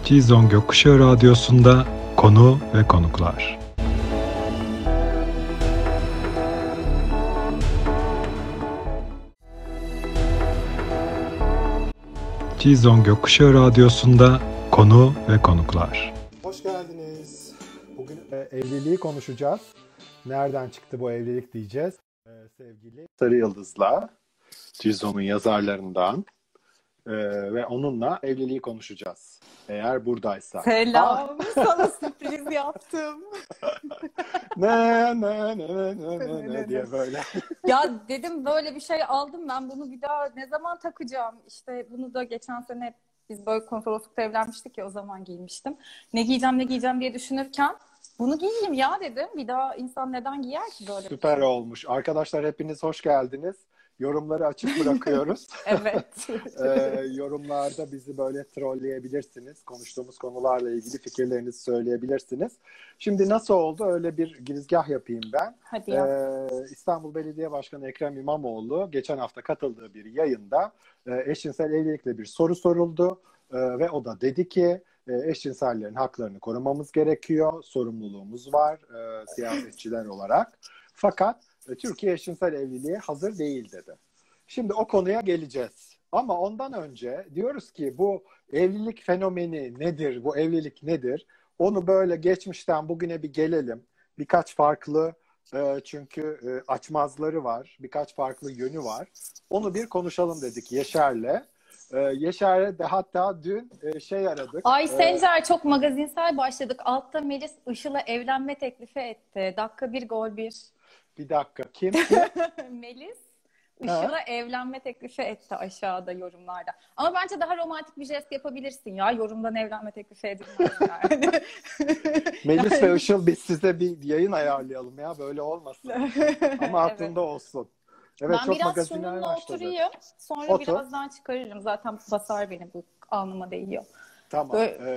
Cizon Gökkuşağı Radyosu'nda konu ve konuklar. Cizon Gökkuşağı Radyosu'nda konu ve konuklar. Hoş geldiniz. Bugün evliliği konuşacağız. Nereden çıktı bu evlilik diyeceğiz. Sevgili Sarı Yıldız'la, Cizon'un yazarlarından ve onunla evliliği konuşacağız. Eğer buradaysa. Selam. Sana sürpriz yaptım. ne diye böyle. Ya dedim böyle bir şey aldım ben bunu bir daha ne zaman takacağım? İşte bunu da geçen sene biz böyle konsoloslukta evlenmiştik ya o zaman giymiştim. Ne giyeceğim diye düşünürken bunu giyeyim ya dedim. Bir daha insan neden giyer ki böyle? Süper olmuş. Arkadaşlar hepiniz hoş geldiniz. Yorumları açık bırakıyoruz. Evet. Yorumlarda bizi böyle trolleyebilirsiniz. Konuştuğumuz konularla ilgili fikirlerinizi söyleyebilirsiniz. Şimdi nasıl oldu? Öyle bir girizgah yapayım ben. Hadi ya. İstanbul Belediye Başkanı Ekrem İmamoğlu geçen hafta katıldığı bir yayında eşcinsel evlilikle bir soru soruldu. Ve o da dedi ki eşcinsellerin haklarını korumamız gerekiyor. Sorumluluğumuz var siyasetçiler olarak. Fakat Türkiye eşcinsel evliliğe hazır değil dedi. Şimdi o konuya geleceğiz. Ama ondan önce diyoruz ki bu evlilik fenomeni nedir? Bu evlilik nedir? Onu böyle geçmişten bugüne bir gelelim. Birkaç farklı çünkü açmazları var. Birkaç farklı yönü var. Onu bir konuşalım dedik Yaşar'la. Yaşar'la de hatta dün aradık. Ay Sencer çok magazinsel başladık. Altta Melis Işıl'a evlenme teklifi etti. Dakika bir gol bir. Bir dakika. Kim? Melis Işıl'a evlenme teklifi etti aşağıda yorumlarda. Ama bence daha romantik bir jest yapabilirsin ya. Yorumdan evlenme teklifi edilmez yani. Melis ve Işıl biz size bir yayın ayarlayalım ya. Böyle olmasın. Ama aklında olsun. Evet, ben çok biraz şununla oturayım. Sonra Otur. birazdan çıkarırım. Zaten basar beni bu alnıma değiyor. Tamam.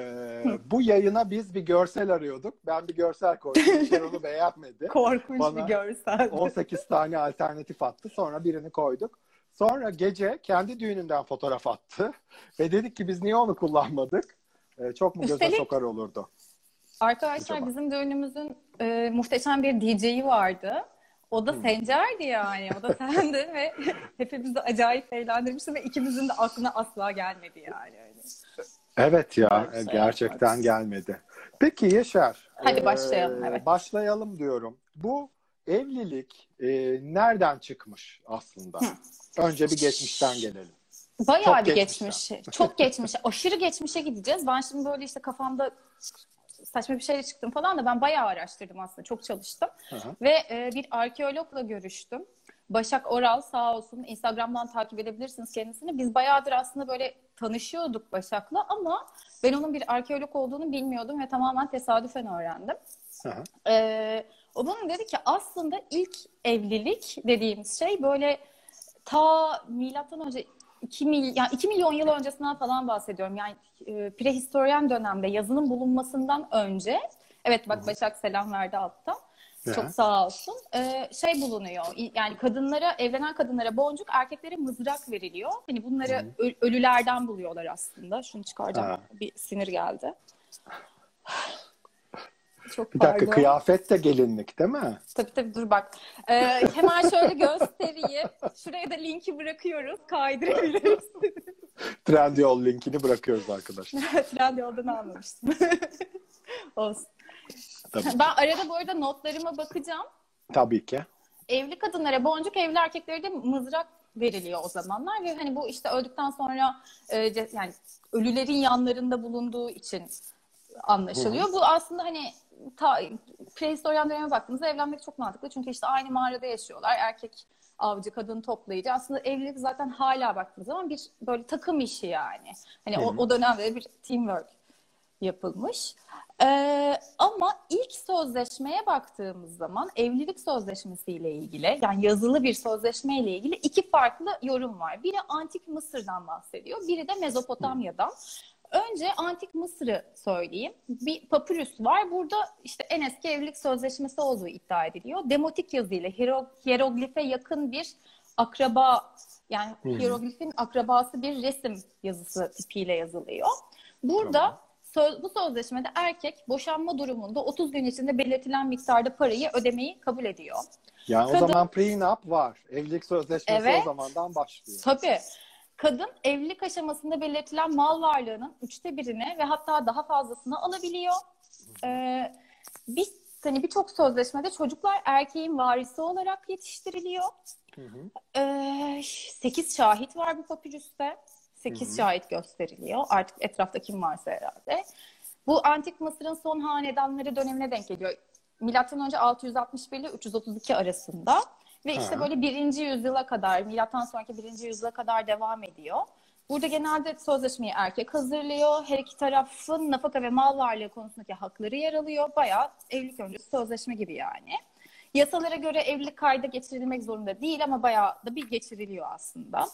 Bu yayına biz bir görsel arıyorduk. Ben bir görsel koydum. Işıl onu beğenmedi. Korkunç Bana bir görsel. 18 tane alternatif attı. Sonra birini koyduk. Sonra gece kendi düğününden fotoğraf attı. Ve dedik ki biz niye onu kullanmadık? Çok mu göze sokar olurdu? Arkadaşlar acaba? Bizim düğünümüzün muhteşem bir DJ'i vardı. O da Sencer'di yani. O da sendi ve hepimizi acayip eğlendirmişti ve ikimizin de aklına asla gelmedi yani. Öyle. Evet ya, gerçekten gelmedi. Peki Yaşar. Hadi başlayalım. Evet. Başlayalım diyorum. Bu evlilik nereden çıkmış aslında? Önce bir geçmişten gelelim. Bayağı çok bir geçmişe. Çok geçmişe. Aşırı geçmişe gideceğiz. Ben şimdi böyle işte kafamda saçma bir şeyle çıktım falan da ben bayağı araştırdım aslında. Çok çalıştım. Ve bir arkeologla görüştüm. Başak Oral sağ olsun. Instagram'dan takip edebilirsiniz kendisini. Biz bayağıdır aslında böyle tanışıyorduk Başak'la ama ben onun bir arkeolog olduğunu bilmiyordum ve tamamen tesadüfen öğrendim. O bana dedi ki aslında ilk evlilik dediğimiz şey böyle ta milattan önce 2 milyon yıl öncesinden falan bahsediyorum. Yani prehistoryen dönemde yazının bulunmasından önce evet bak Başak selam verdi altta. Çok sağ olsun. Bulunuyor. Yani evlenen kadınlara boncuk, erkeklere mızrak veriliyor. Hani bunları ölülerden buluyorlar aslında. Şunu çıkaracağım. Bir sinir geldi. Çok bir dakika kıyafet de gelinlik değil mi? Tabii dur bak. Hemen şöyle göstereyim. Şuraya da linki bırakıyoruz. Kaydırabilirsiniz. Trendyol linkini bırakıyoruz arkadaşlar. Trendyol'dan almamıştım. Olsun. Tabii. Ben arada bu arada notlarıma bakacağım. Tabii ki. Evli kadınlara boncuk, evli erkeklere de mızrak veriliyor o zamanlar ve hani bu işte öldükten sonra yani ölülerin yanlarında bulunduğu için anlaşılıyor. Bu aslında hani prehistoryen döneme baktığımızda evlenmek çok mantıklı. Çünkü işte aynı mağarada yaşıyorlar. Erkek avcı, kadın toplayıcı. Aslında evlilik zaten hala baktığımız zaman bir böyle takım işi yani. Hani o dönemde bir teamwork yapılmış. Ama ilk sözleşmeye baktığımız zaman evlilik sözleşmesiyle ilgili yani yazılı bir sözleşmeyle ilgili iki farklı yorum var. Biri Antik Mısır'dan bahsediyor. Biri de Mezopotamya'dan. Önce Antik Mısır'ı söyleyeyim. Bir papyrus var. Burada işte en eski evlilik sözleşmesi olduğu iddia ediliyor. Demotik yazıyla hieroglife yakın bir akraba yani hieroglifin akrabası bir resim yazısı tipiyle yazılıyor. Burada bu sözleşmede erkek boşanma durumunda 30 gün içinde belirtilen miktarda parayı ödemeyi kabul ediyor. Yani Kadın, o zaman prenup var. Evlilik sözleşmesi evet, o zamandan başlıyor. Tabii. Kadın evlilik aşamasında belirtilen mal varlığının 1/3'ine ve hatta daha fazlasını alabiliyor. Birçok sözleşmede çocuklar erkeğin varisi olarak yetiştiriliyor. 8 şahit var bu papirüste. 8 şahit gösteriliyor. Artık etrafta kim varsa herhalde. Bu Antik Mısır'ın son hanedanları dönemine denk geliyor. Milattan önce 661 ile 332 arasında. Ve işte böyle 1. yüzyıla kadar, milattan sonraki 1. yüzyıla kadar devam ediyor. Burada genelde sözleşmeyi erkek hazırlıyor. Her iki tarafın nafaka ve mal varlığı konusundaki hakları yer alıyor. Bayağı evlilik öncesi sözleşme gibi yani. Yasalara göre evlilik kayda geçirilmek zorunda değil ama bayağı da bir geçiriliyor aslında.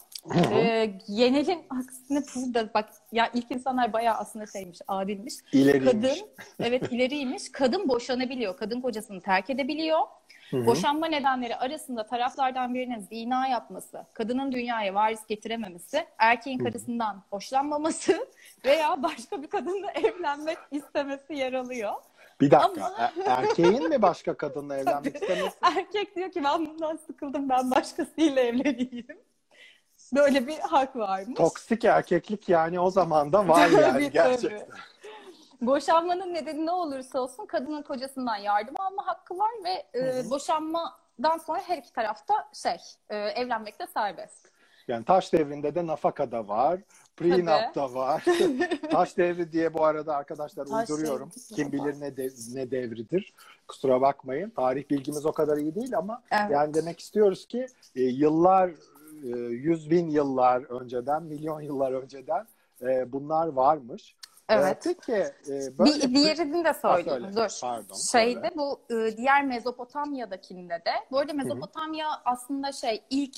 Genelin aksine burada bak ya, ilk insanlar bayağı aslında şeymiş, adilmiş. İleriymiş. Kadın, evet, ileriymiş. Kadın boşanabiliyor. Kadın kocasını terk edebiliyor. Boşanma nedenleri arasında taraflardan birinin zina yapması, kadının dünyaya varis getirememesi, erkeğin karısından hoşlanmaması veya başka bir kadınla evlenmek istemesi yer alıyor. Bir dakika. Ama... Erkeğin mi başka kadınla evlenmek istemesi? Erkek diyor ki ben bundan sıkıldım, ben başkasıyla evleneyim. Böyle bir hak varmış. Toksik erkeklik yani o zaman da var yani gerçekten. Tabii. Boşanmanın nedeni ne olursa olsun kadının kocasından yardım alma hakkı var ve boşanmadan sonra her iki tarafta evlenmekte serbest. Yani taş devrinde de nafaka da var, prenup da var. Taş devri diye bu arada arkadaşlar uyduruyorum. Kim bilir ne devridir. Kusura bakmayın. Tarih bilgimiz o kadar iyi değil ama yani demek istiyoruz ki yıllar, 100.000 yıllar önceden, milyon yıllar önceden bunlar varmış. Evet. Peki diğerini de söyleyeyim. Dur. Pardon, bu diğer Mezopotamya'dakinde de. Bu arada Mezopotamya aslında ilk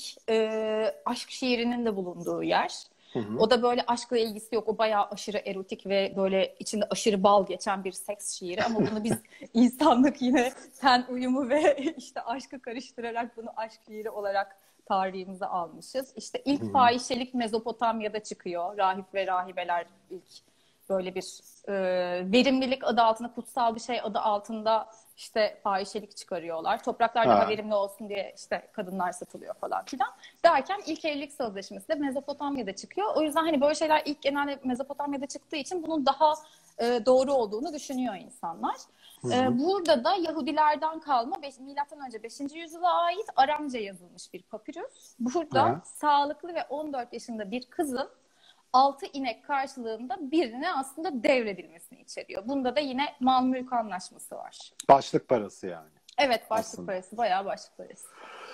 aşk şiirinin de bulunduğu yer. O da böyle aşkla ilgisi yok. O bayağı aşırı erotik ve böyle içinde aşırı bal geçen bir seks şiiri. Ama bunu biz insanlık yine ten uyumu ve işte aşkı karıştırarak bunu aşk şiiri olarak tarihimize almışız. İşte ilk fahişelik Mezopotamya'da çıkıyor. Rahip ve rahibeler ilk böyle bir verimlilik adı altında, kutsal bir şey adı altında işte fahişelik çıkarıyorlar. Topraklar daha verimli olsun diye işte kadınlar satılıyor falan filan. Derken ilk evlilik sözleşmesi de Mezopotamya'da çıkıyor. O yüzden hani böyle şeyler ilk genelde Mezopotamya'da çıktığı için bunun daha doğru olduğunu düşünüyor insanlar. Burada da Yahudilerden kalma milattan önce 5. yüzyıla ait Aramca yazılmış bir papirüs. Burada sağlıklı ve 14 yaşında bir kızın 6 inek karşılığında birine aslında devredilmesini içeriyor. Bunda da yine mal mülk anlaşması var. Başlık parası yani. Evet, başlık parası. Bayağı başlık parası.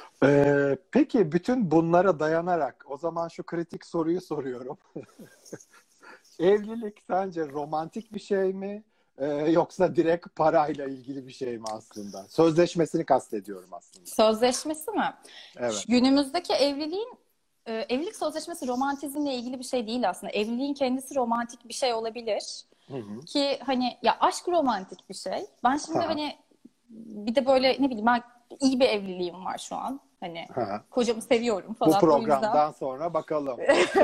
Peki bütün bunlara dayanarak o zaman şu kritik soruyu soruyorum. Evlilik sence romantik bir şey mi? Yoksa direkt parayla ilgili bir şey mi aslında? Sözleşmesini kastediyorum aslında. Sözleşmesi mi? Evet. Günümüzdeki evlilik sözleşmesi romantizmle ilgili bir şey değil aslında. Evliliğin kendisi romantik bir şey olabilir. Ki hani ya aşk romantik bir şey. Ben şimdi hani bir de böyle ne bileyim ben iyi bir evliliğim var şu an. Hani kocamı seviyorum falan. Bu programdan sonra bakalım.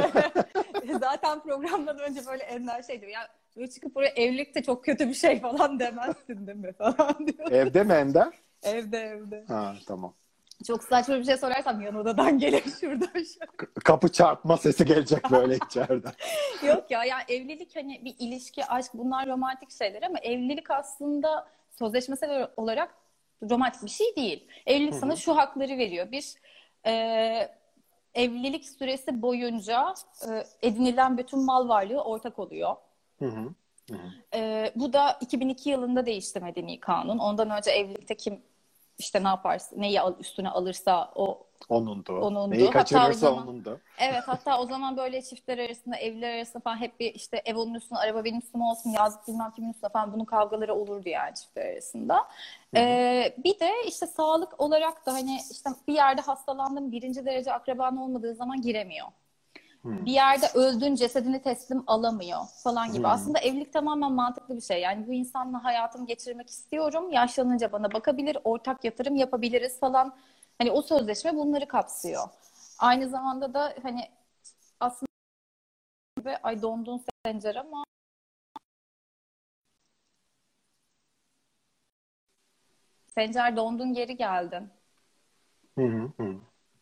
Zaten programdan önce böyle Ender diyor. Ya böyle çıkıp buraya evlilik de çok kötü bir şey falan demezsin değil mi falan diyor. Evde mi Ender? Evde. Ha, tamam. Çok saçma bir şey sorarsam yan odadan gelir şuradan. Kapı çarpma sesi gelecek böyle içeriden. Yok ya evlilik hani bir ilişki, aşk bunlar romantik şeyler ama evlilik aslında sözleşmesel olarak romantik bir şey değil. Evlilik sana şu hakları veriyor. Bir, evlilik süresi boyunca edinilen bütün mal varlığı ortak oluyor. Bu da 2002 yılında değişti Medeni Kanun. Ondan önce evlilikte kim işte ne yaparsa, neyi üstüne alırsa o onundu. Neyi kaçırırsa onundu. Evet, hatta o zaman böyle çiftler arasında, evliler arasında falan hep bir işte ev onun üstüne, araba benim üstüme olsun, yazlık bilmem kimin üstüne falan bunun kavgaları olurdu yani çiftler arasında. Bir de işte sağlık olarak da hani işte bir yerde hastalandım, 1. derece akraban olmadığı zaman giremiyor. Bir yerde öldün, cesedini teslim alamıyor falan gibi. Aslında evlilik tamamen mantıklı bir şey. Yani bu insanla hayatımı geçirmek istiyorum. Yaşlanınca bana bakabilir, ortak yatırım yapabiliriz falan. Hani o sözleşme bunları kapsıyor. Aynı zamanda da hani aslında ay dondun Sencer ama Sencer, dondun geri geldin. Hı hı hı.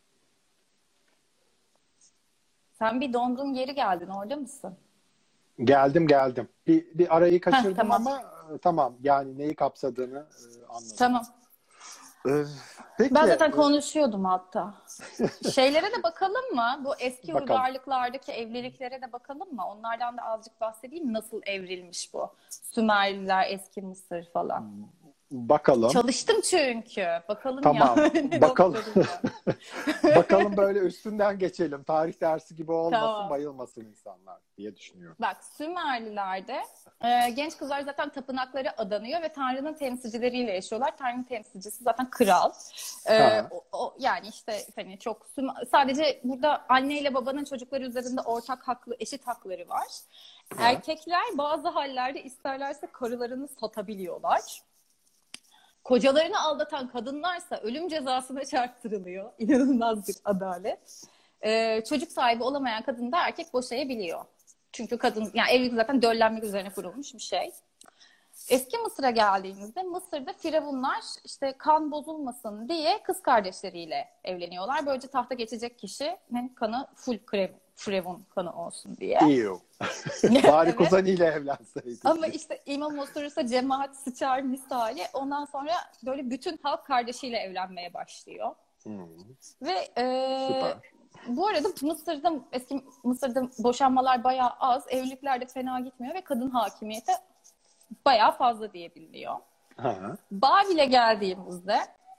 Sen bir dondun geri geldin. Orada mısın? Geldim. Bir arayı Heh, kaçırdım tamam. ama tamam. Yani neyi kapsadığını anladım. Tamam. Ee, Ben peki, zaten konuşuyordum hatta. Şeylere de bakalım mı? Bu eski bakalım. uygarlıklardaki evliliklere de bakalım mı? Onlardan da azıcık bahsedeyim. Nasıl evrilmiş bu? Sümerliler, eski Mısır falan. Bakalım. Çalıştım çünkü. Bakalım ya. Tamam. Bakalım. Doktorum ya. Bakalım, böyle üstünden geçelim. Tarih dersi gibi olmasın, Tamam. bayılmasın insanlar diye düşünüyorum. Bak, Sümerlilerde genç kızlar zaten tapınaklara adanıyor ve Tanrı'nın temsilcileriyle yaşıyorlar. Tanrı'nın temsilcisi zaten kral. Ha. Yani işte hani çok sadece burada anne ile babanın çocukları üzerinde ortak haklı, eşit hakları var. Ha. Erkekler bazı hallerde isterlerse karılarını satabiliyorlar. Kocalarını aldatan kadınlarsa ölüm cezasına çarptırılıyor. İnanılmaz bir adalet. Çocuk sahibi olamayan kadın da erkek boşayabiliyor. Çünkü kadın, yani evlilik zaten döllenmek üzerine kurulmuş bir şey. Eski Mısır'a geldiğimizde Mısır'da firavunlar işte kan bozulmasın diye kız kardeşleriyle evleniyorlar. Böylece tahta geçecek kişinin kanı full firavun kanı olsun diye. İyi. Bari Evet. kuzeniyle evlenseydi. Ama işte imam osurursa cemaat sıçar misali. Ondan sonra böyle bütün halk kardeşiyle evlenmeye başlıyor. Ve Süper. bu arada eski Mısır'da boşanmalar bayağı az. Evlilikler de fena gitmiyor ve kadın hakimiyeti bayağı fazla diye biliniyor. Ha. Babil'e geldiğimizde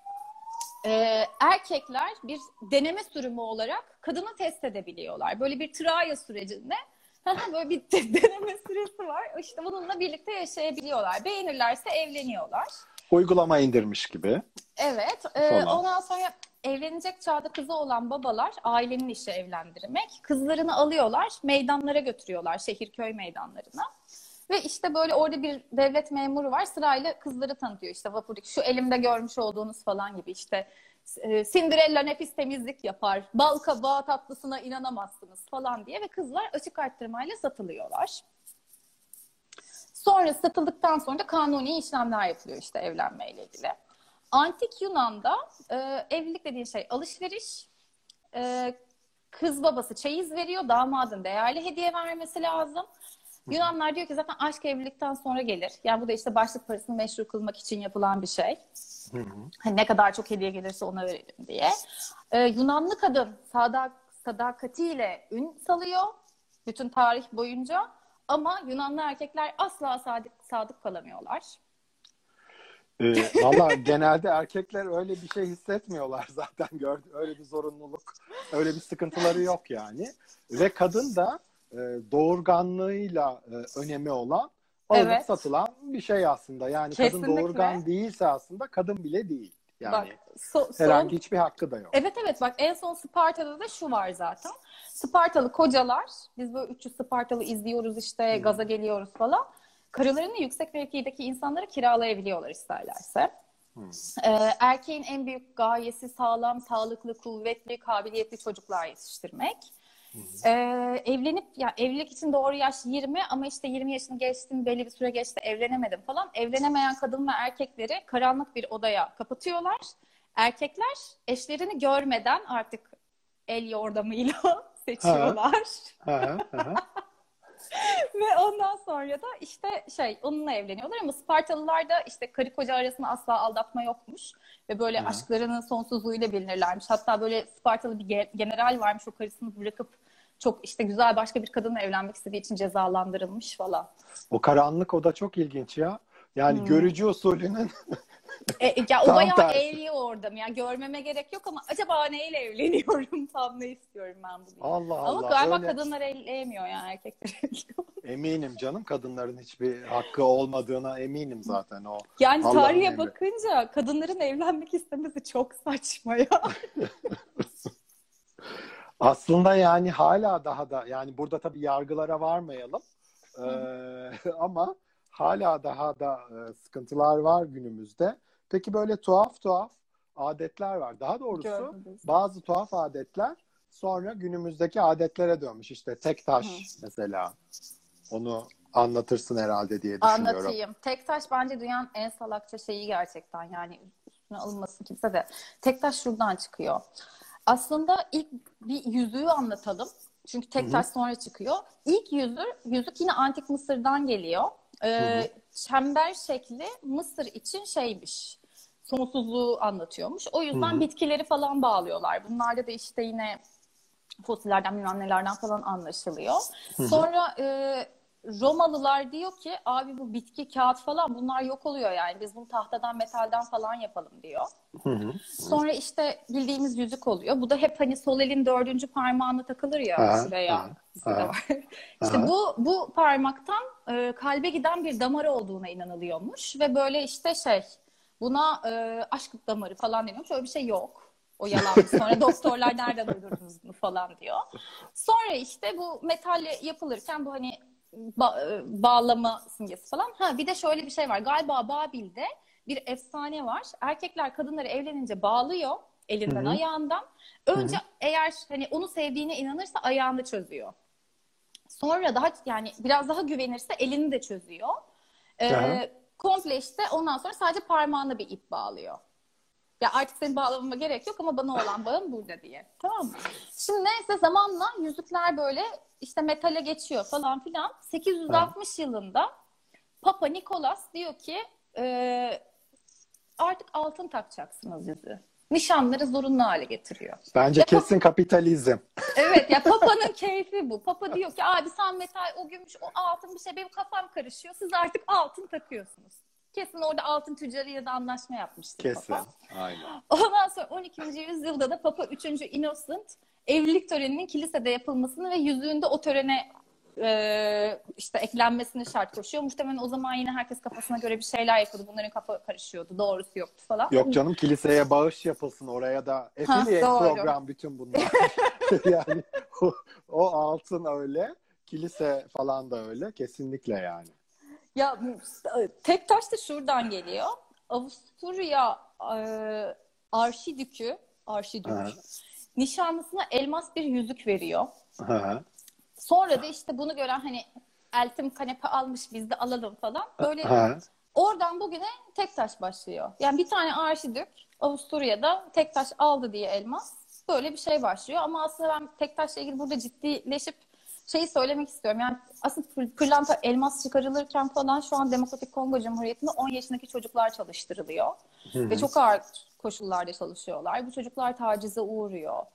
erkekler bir deneme sürümü olarak kadını test edebiliyorlar. Böyle bir trial sürecinde böyle bir deneme süresi var. İşte bununla birlikte yaşayabiliyorlar. Beğenirlerse evleniyorlar. Uygulama indirmiş gibi. Evet. Falan. Ondan sonra evlenecek çağda kızı olan babalar, ailenin işi evlendirmek, kızlarını alıyorlar, meydanlara götürüyorlar, şehir köy meydanlarına. Ve işte böyle orada bir devlet memuru var, sırayla kızları tanıtıyor. İşte vapurdaki şu elimde görmüş olduğunuz falan gibi, işte Cinderella nefis temizlik yapar, bal kabağı tatlısına inanamazsınız falan diye, ve kızlar açık arttırmayla satılıyorlar. Sonra satıldıktan sonra da kanuni işlemler yapılıyor işte evlenmeyle ilgili. Antik Yunan'da evlilik dediğin şey alışveriş. Kız babası çeyiz veriyor, damadın değerli hediye vermesi lazım. Yunanlar diyor ki zaten aşk evlilikten sonra gelir. Yani bu da işte başlık parasını meşru kılmak için yapılan bir şey. Hani ne kadar çok hediye gelirse ona verelim diye. Yunanlı kadın sadakatiyle ün salıyor bütün tarih boyunca. Ama Yunanlı erkekler asla sadık kalamıyorlar. Valla genelde erkekler öyle bir şey hissetmiyorlar zaten. Öyle bir zorunluluk, öyle bir sıkıntıları yok yani. Ve kadın da doğurganlığıyla önemi olan, alınıp Evet. satılan bir şey aslında. Yani Kesinlikle. kadın doğurgan değilse aslında kadın bile değil. Yani Bak, herhangi hiçbir hakkı da yok. Evet, bak en son Sparta'da da şu var zaten. Spartalı kocalar, biz böyle 300 Spartalı izliyoruz işte, gaza geliyoruz falan. Karılarını yüksek mevkideki insanlara kiralayabiliyorlar isterlerse. Erkeğin en büyük gayesi sağlam, sağlıklı, kuvvetli, kabiliyetli çocuklar yetiştirmek. Evlilik için doğru yaş 20 ama işte 20 yaşını geçtim, belli bir süre geçti, evlenemedim falan. Evlenemeyen kadın ve erkekleri karanlık bir odaya kapatıyorlar. Erkekler eşlerini görmeden artık el yordamıyla seçiyorlar. Ve ondan sonra da işte onunla evleniyorlar, ama Spartalılar da işte karı koca arasında asla aldatma yokmuş ve böyle aşklarının sonsuzluğuyla bilinirlermiş. Hatta böyle Spartalı bir general varmış, o karısını bırakıp çok işte güzel başka bir kadınla evlenmek istediği için cezalandırılmış falan. O karanlık oda çok ilginç ya. Yani görücü usulünün Ya o tam bayağı tersi. eğliyor orada. Yani görmeme gerek yok ama acaba neyle evleniyorum tam ne istiyorum ben bugün. Allah Ama Allah. galiba Öyle. kadınlar elleyemiyor yani, erkekler elliyor. Eminim canım, kadınların hiçbir hakkı olmadığına eminim zaten o. Yani Allah'ın tarihe emri. bakınca kadınların evlenmek istemesi çok saçma ya. Aslında yani hala daha da, yani burada tabii yargılara varmayalım. Ama hala daha da sıkıntılar var günümüzde. Peki böyle tuhaf adetler var. Daha doğrusu Gördünüz. bazı tuhaf adetler sonra günümüzdeki adetlere dönmüş. İşte tek taş mesela. Onu anlatırsın herhalde diye düşünüyorum. Anlatayım. Tek taş bence dünyanın en salakça şeyi gerçekten. Yani üstüne alınmasın kimse de. Tektaş şuradan çıkıyor. Aslında ilk bir yüzüğü anlatalım. Çünkü Tektaş sonra çıkıyor. İlk yüzük yine Antik Mısır'dan geliyor. Çember şekli Mısır için şeymiş. Sonsuzluğu anlatıyormuş. O yüzden bitkileri falan bağlıyorlar. Bunlarda da işte yine fosillerden bilmem nelerden falan anlaşılıyor. Sonra Romalılar diyor ki abi bu bitki, kağıt falan bunlar yok oluyor yani. Biz bunu tahtadan, metalden falan yapalım diyor. Sonra işte bildiğimiz yüzük oluyor. Bu da hep hani sol elin 4. parmağına takılır ya şuraya. Var. İşte bu parmaktan kalbe giden bir damar olduğuna inanılıyormuş. Ve böyle işte buna aşk damarı falan deniyormuş. Öyle bir şey yok. O yalan. Sonra doktorlar nereden uydurdunuz bunu falan diyor. Sonra işte bu metalle yapılırken bu hani bağlama simgesi falan. Bir de şöyle bir şey var. Galiba Babil'de bir efsane var. Erkekler kadınları evlenince bağlıyor elinden ayağından. Önce eğer hani onu sevdiğine inanırsa ayağını çözüyor. Sonra daha yani biraz daha güvenirse elini de çözüyor. Komple işte ondan sonra sadece parmağına bir ip bağlıyor. Ya artık seni bağlamama gerek yok ama bana olan bağım burada diye. Tamam mı? Şimdi neyse zamanla yüzükler böyle işte metale geçiyor falan filan. 860 yılında Papa Nikolas diyor ki artık altın takacaksınız yüzüğü. Nişanları zorunlu hale getiriyor. Bence kesin kapitalizm. Evet ya Papa'nın keyfi bu. Papa diyor ki abi sen metal, o gümüş, o altın bir şey, benim kafam karışıyor. Siz artık altın takıyorsunuz. Kesin orada altın tüccarıyla da anlaşma yapmıştır kesin. Papa. Aynen. Ondan sonra 12. yüzyılda da Papa 3. Innocent evlilik töreninin kilisede yapılmasını ve yüzüğünde o törene işte eklenmesini şart koşuyor. Muhtemelen o zaman yine herkes kafasına göre bir şeyler yapıyordu. Bunların kafa karışıyordu. Doğrusu yoktu falan. Yok canım, kiliseye bağış yapılsın, oraya da affiliate program bütün bunlar. Yani o altın öyle, kilise falan da öyle, kesinlikle yani. Ya Tektaş da şuradan geliyor. Avusturya arşidükü nişanlısına elmas bir yüzük veriyor. Sonra da işte bunu gören hani eltim kanepe almış biz de alalım falan. Böyle oradan bugüne Tektaş başlıyor. Yani bir tane arşidük Avusturya'da Tektaş aldı diye elmas. Böyle bir şey başlıyor. Ama aslında ben Tektaş'la ilgili burada ciddileşip şeyi söylemek istiyorum. Yani aslında pırlanta, elmas çıkarılırken falan şu an Demokratik Kongo Cumhuriyeti'nde 10 yaşındaki çocuklar çalıştırılıyor. Ve çok ağır koşullarda çalışıyorlar. Bu çocuklar tacize uğruyor.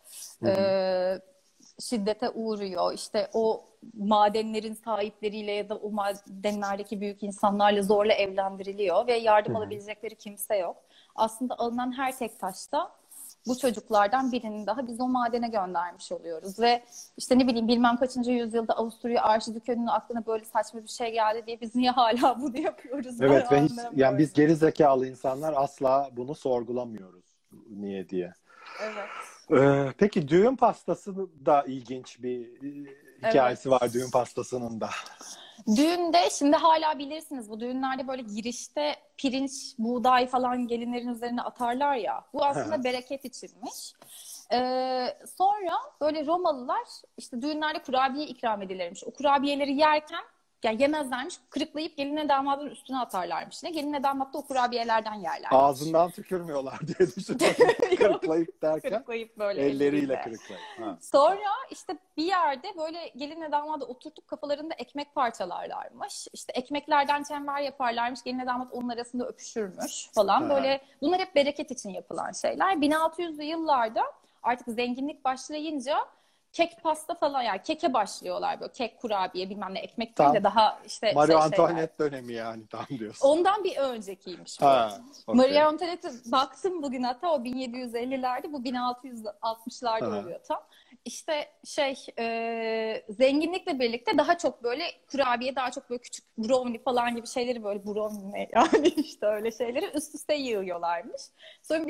Şiddete uğruyor. İşte o madenlerin sahipleriyle ya da o madenlerdeki büyük insanlarla zorla evlendiriliyor ve yardım alabilecekleri kimse yok. Aslında alınan her tek taşta bu çocuklardan birini daha biz o madene göndermiş oluyoruz ve işte ne bileyim bilmem kaçıncı yüzyılda Avusturya Arşidükü'nün aklına böyle saçma bir şey geldi diye biz niye hala bunu yapıyoruz? Evet ve hiç, yani biz geri zekalı insanlar asla bunu sorgulamıyoruz niye diye. Evet. Peki düğün pastası da ilginç bir hikayesi var düğün pastasının da. Düğünde şimdi hala bilirsiniz bu düğünlerde böyle girişte pirinç, buğday falan gelinlerin üzerine atarlar ya. Bu aslında bereket içinmiş. Sonra böyle Romalılar işte düğünlerde kurabiye ikram edilirmiş. O kurabiyeleri yerken yani yemezlermiş, kırıklayıp gelinle damadın üstüne atarlarmış. Gelinle damat da o kurabiyelerden yerlermiş. Ağzından tükürmüyorlar diye düşünüyorum. Kırıklayıp derken kırıklayıp böyle elleriyle kırıklayıp. Sonra işte bir yerde böyle gelinle damadı oturtup kafalarında ekmek parçalarlarmış. İşte ekmeklerden çember yaparlarmış. Gelinle damat onun arasında öpüşürmüş falan. Böyle bunlar hep bereket için yapılan şeyler. 1600'lü yıllarda artık zenginlik başlayınca kek pasta falan yani keke başlıyorlar böyle kek kurabiye bilmem ne ekmek değil de daha işte Marie Antoinette dönemi yani tam diyorsun. Ondan bir öncekiymiş bu. Okay. Marie Antoinette'e baktım bugün hatta o 1750'lerde bu 1660'larda oluyor tam. İşte zenginlikle birlikte daha çok böyle kurabiye daha çok böyle küçük brownie falan gibi şeyleri böyle brownie yani işte öyle şeyleri üst üste yığıyorlarmış. Sonra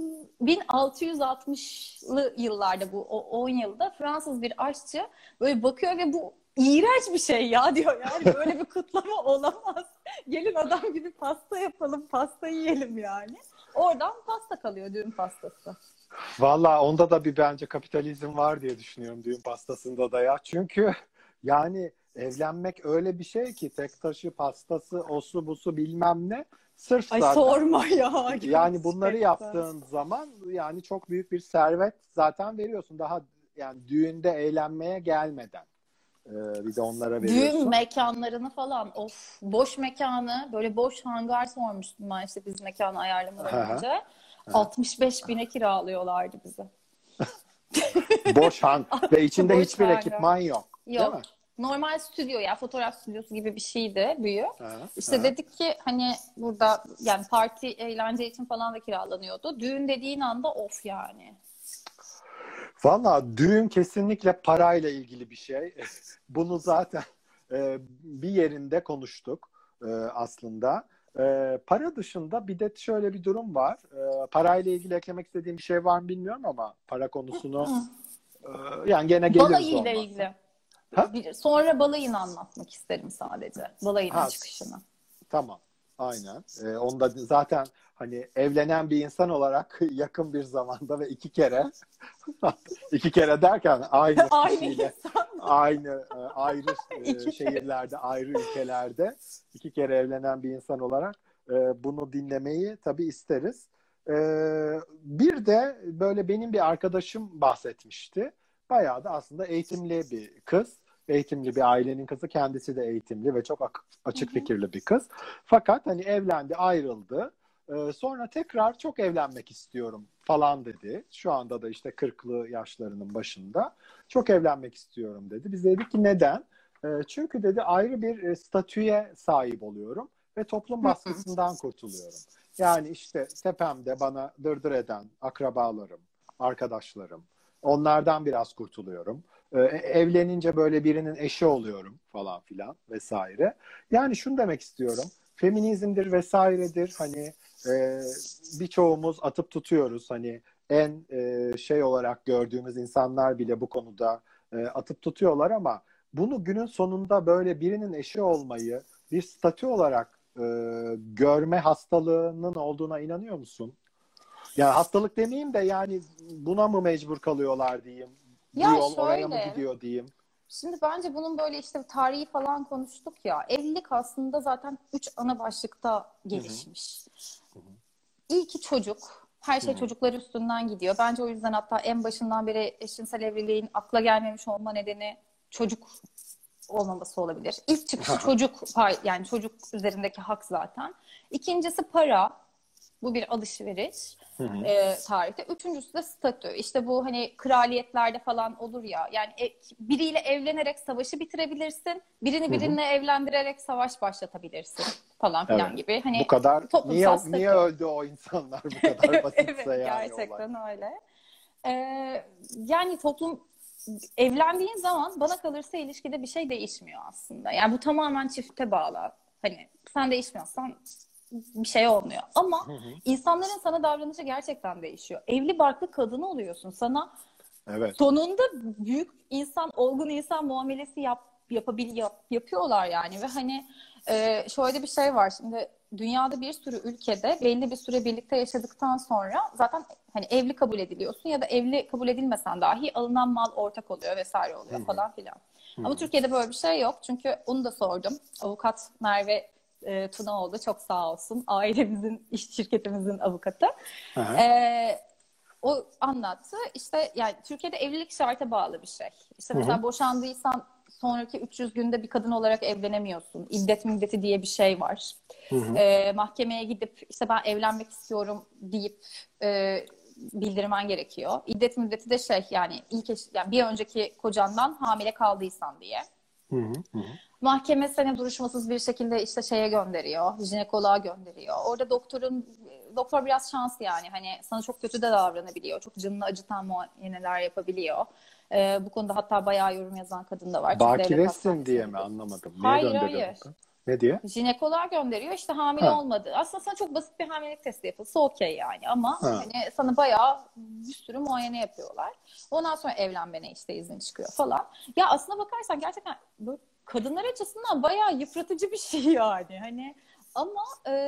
1660'lı yıllarda bu 10 yılda Fransız bir aşçı böyle bakıyor ve bu iğrenç bir şey ya diyor yani böyle bir kutlama olamaz. Gelin adam gibi pasta yapalım, pasta yiyelim yani. Oradan pasta kalıyor düğün pastası. Valla onda da bir bence kapitalizm var diye düşünüyorum düğün pastasında da ya. Çünkü yani evlenmek öyle bir şey ki tek taşı pastası osu busu bilmem ne. Sırf Ay zaten sorma ya. yani bunları Gerçekten. yaptığın zaman yani çok büyük bir servet zaten veriyorsun. Daha yani düğünde eğlenmeye gelmeden bir de onlara Düğün veriyorsun. mekanlarını falan, of, boş mekanı, böyle boş hangar sormuştum ben işte biz mekanı ayarlamadan Aha, önce. aha. 65 bine kiralıyorlardı bize. Boş ve içinde Boş hiçbir hangar. ekipman yok. Değil Yok. mi? Normal stüdyo ya, fotoğraf stüdyosu gibi bir şeydi, büyük. Aha, İşte aha. dedik ki hani burada yani parti, eğlence için falan da kiralanıyordu. Düğün dediğin anda of yani. Valla düğün kesinlikle parayla ilgili bir şey. Bunu zaten bir yerinde konuştuk aslında. Para dışında bir de şöyle bir durum var. Parayla ilgili eklemek istediğim bir şey var mı bilmiyorum ama para konusunu yani gene geliriz Balayıyla olmazsa. ilgili. Ha? Sonra balayını anlatmak isterim sadece. Balayının Ha, çıkışını. tamam. Aynen. Onda zaten hani evlenen bir insan olarak yakın bir zamanda ve iki kere derken aynı Aynı kişiyle insan. ayrı İki kere. şehirlerde, ayrı ülkelerde iki kere evlenen bir insan olarak bunu dinlemeyi tabii isteriz. E, Bir de böyle benim bir arkadaşım bahsetmişti. Bayağı da aslında eğitimli bir kız. Eğitimli bir ailenin kızı. Kendisi de eğitimli ve çok açık fikirli bir kız. Fakat hani evlendi, ayrıldı. Sonra tekrar çok evlenmek istiyorum falan dedi. Şu anda da işte 40'lı yaşlarının başında. Çok evlenmek istiyorum dedi. Biz dedik ki neden? Çünkü dedi ayrı bir statüye sahip oluyorum ve toplum baskısından kurtuluyorum. Yani işte tepemde bana dırdır eden akrabalarım, arkadaşlarım, onlardan biraz kurtuluyorum. Evlenince böyle birinin eşi oluyorum falan filan vesaire. Yani şunu demek istiyorum. Feminizmdir vesairedir. Hani e, birçoğumuz atıp tutuyoruz. Hani en şey olarak gördüğümüz insanlar bile bu konuda atıp tutuyorlar ama bunu günün sonunda böyle birinin eşi olmayı bir statü olarak görme hastalığının olduğuna inanıyor musun? Yani hastalık demeyeyim de yani buna mı mecbur kalıyorlar diyeyim. Bu Ya yol oraya mı şöyle, gidiyor diyeyim. şimdi bence bunun böyle işte tarihi falan konuştuk ya. Evlilik aslında zaten 3 ana başlıkta Hı hı. gelişmiş. İlki çocuk. Her Hı şey hı. çocuklar üstünden gidiyor. Bence o yüzden hatta en başından beri eşcinsel evliliğin akla gelmemiş olma nedeni çocuk olmaması olabilir. İlk çıkışı çocuk, yani çocuk üzerindeki hak zaten. İkincisi para. Bu bir alışveriş Hı hı. tarihte. Üçüncüsü de statü. İşte bu hani kraliyetlerde falan olur ya. Yani biriyle evlenerek savaşı bitirebilirsin. Birini Hı hı. birinle evlendirerek savaş başlatabilirsin falan Evet. filan gibi. Bu Hani kadar toplumsal niye statü. öldü o insanlar bu kadar basitse Evet, yani olay. gerçekten öyle. Ee, Yani toplum, evlendiğin zaman bana kalırsa ilişkide bir şey değişmiyor aslında. Yani bu tamamen çifte bağlı. Hani sen değişmiyorsan bir şey olmuyor. Ama Hı hı. insanların sana davranışı gerçekten değişiyor. Evli barklı kadını oluyorsun. Sana Evet. sonunda büyük insan, olgun insan muamelesi yapıyorlar yani. Ve hani şöyle bir şey var. Şimdi dünyada bir sürü ülkede belli bir süre birlikte yaşadıktan sonra zaten hani evli kabul ediliyorsun ya da evli kabul edilmesen dahi alınan mal ortak oluyor vesaire Hı oluyor hı. falan filan. Hı Ama hı. Türkiye'de böyle bir şey yok. Çünkü onu da sordum. Avukat Merve Tunaoğlu çok sağ olsun. Ailemizin, iş şirketimizin avukatı. Hı hı. E, O anlattı. İşte yani Türkiye'de evlilik şarta bağlı bir şey. İşte Hı hı. mesela boşandıysan sonraki 300 günde bir kadın olarak evlenemiyorsun. İddet müddeti diye bir şey var. Hı hı. Mahkemeye gidip işte ben evlenmek istiyorum deyip bildirmen gerekiyor. İddet müddeti de şey yani yani bir önceki kocandan hamile kaldıysan diye. Hı hı. Hı hı. Mahkeme seni duruşmasız bir şekilde işte şeye gönderiyor, jinekoloğa gönderiyor. Orada doktor biraz şans yani hani sana çok kötü de davranabiliyor. Çok canını acıtan muayeneler yapabiliyor. Bu konuda hatta bayağı yorum yazan kadın da var. Çünkü devlet Bakiresin hastanesine diye mi gidiyorsun. anlamadım. Niye Hayır, gönderiyor hayır. doktor? Ne diye? Jinekoloğa gönderiyor işte hamile Ha. olmadı. Aslında sana çok basit bir hamilelik testi yapılsa okey yani ama Ha. hani sana bayağı bir sürü muayene yapıyorlar. Ondan sonra evlenmene işte izin çıkıyor falan. Ya aslına bakarsan gerçekten böyle kadınlar açısından bayağı yıpratıcı bir şey yani. Hani ama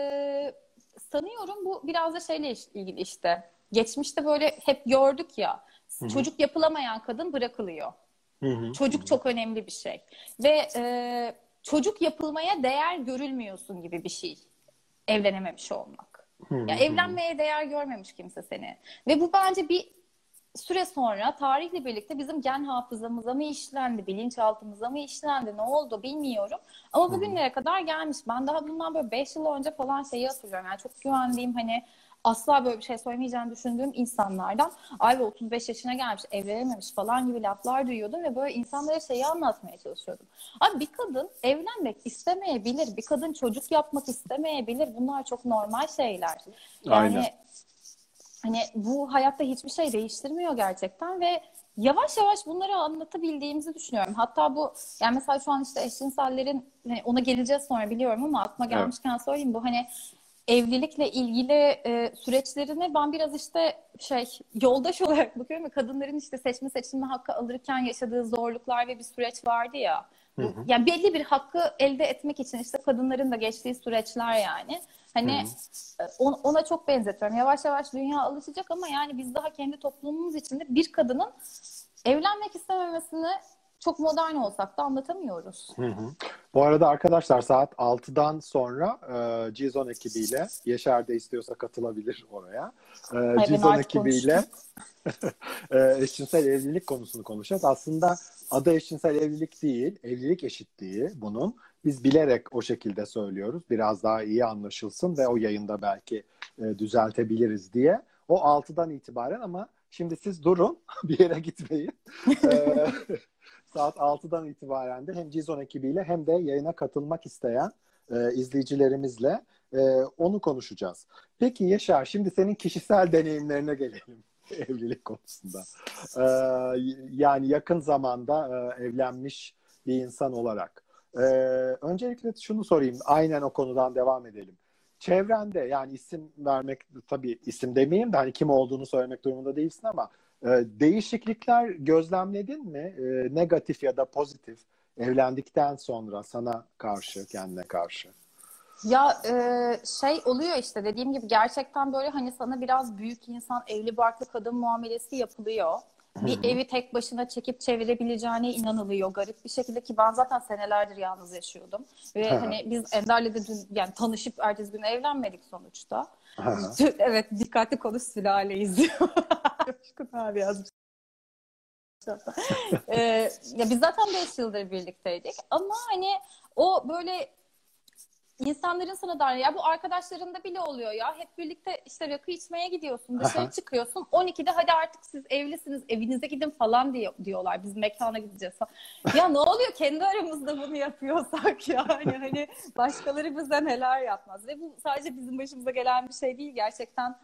sanıyorum bu biraz da şeyle ilgili işte. Geçmişte böyle hep gördük ya, Hı hı. çocuk yapılamayan kadın bırakılıyor. Hı hı. Çocuk çok önemli bir şey. Ve çocuk yapılmaya değer görülmüyorsun gibi bir şey. Evlenememiş olmak. Hı Ya hı. evlenmeye değer görmemiş kimse seni. Ve bu bence bir süre sonra tarihle birlikte bizim gen hafızamıza mı işlendi, bilinçaltımıza mı işlendi, ne oldu bilmiyorum. Ama bugünlere kadar gelmiş. Ben daha bundan böyle 5 yıl önce falan şeyi hatırlıyorum. Yani çok güvendiğim, hani asla böyle bir şey söylemeyeceğini düşündüğüm insanlardan ay 35 yaşına gelmiş, evlenememiş falan gibi laflar duyuyordum ve böyle insanlara şeyi anlatmaya çalışıyordum. Abi bir kadın evlenmek istemeyebilir, bir kadın çocuk yapmak istemeyebilir. Bunlar çok normal şeyler. Aynen. Yani hani bu hayatta hiçbir şey değiştirmiyor gerçekten ve yavaş yavaş bunları anlatabildiğimizi düşünüyorum. Hatta bu, yani mesela şu an işte eşcinsellerin, hani ona geleceğiz sonra biliyorum ama aklıma Evet. gelmişken söyleyeyim, bu hani evlilikle ilgili süreçlerine ben biraz işte yoldaş olarak bakıyorum ve kadınların işte seçme seçilme hakkı alırken yaşadığı zorluklar ve bir süreç vardı ya. Hı Bu, hı. yani belli bir hakkı elde etmek için işte kadınların da geçtiği süreçler yani. Hı Hani hı. ona çok benzetiyorum. Yavaş yavaş dünya alışacak ama yani biz daha kendi toplumumuz içinde bir kadının evlenmek istememesini çok modern olsak da anlatamıyoruz. Hı hı. Bu arada arkadaşlar saat 6'dan sonra Cizon ekibiyle, Yaşar da istiyorsa katılabilir oraya. Ay ben Cizon artık konuştum. ekibiyle eşcinsel evlilik konusunu konuşacağız. Aslında adı eşcinsel evlilik değil, evlilik eşitliği bunun. Biz bilerek o şekilde söylüyoruz. Biraz daha iyi anlaşılsın ve o yayında belki düzeltebiliriz diye. O 6'dan itibaren ama şimdi siz durun, bir yere gitmeyin. E, Saat 6'dan itibaren de hem Cizon ekibiyle hem de yayına katılmak isteyen izleyicilerimizle onu konuşacağız. Peki Yaşar, şimdi senin kişisel deneyimlerine gelelim evlilik konusunda. Yani yakın zamanda evlenmiş bir insan olarak. Öncelikle şunu sorayım, aynen o konudan devam edelim. Çevrende, yani isim vermek, tabii isim demeyeyim de hani kim olduğunu söylemek durumunda değilsin ama değişiklikler gözlemledin mi? Negatif ya da pozitif evlendikten sonra sana karşı, kendine karşı. Ya oluyor işte dediğim gibi, gerçekten böyle hani sana biraz büyük insan, evli barklı kadın muamelesi yapılıyor. Hı Bir hı. evi tek başına çekip çevirebileceğine inanılıyor garip bir şekilde, ki ben zaten senelerdir yalnız yaşıyordum. Ve hani biz Ender'le de dün yani tanışıp ertesi gün evlenmedik sonuçta. Evet, dikkatli konuş, sülale izliyor. Coşkun abi yazmış. Ya biz zaten 5 yıldır birlikteydik ama hani o böyle İnsanların sana dar, ya bu arkadaşlarında bile oluyor ya. Hep birlikte işte rakı içmeye gidiyorsun, dışarı çıkıyorsun. 12'de hadi artık siz evlisiniz, evinize gidin falan diyorlar. Biz mekana gideceğiz falan. Ya ne oluyor, kendi aramızda bunu yapıyorsak yani hani başkaları bize neler yapmaz. Ve bu sadece bizim başımıza gelen bir şey değil. Gerçekten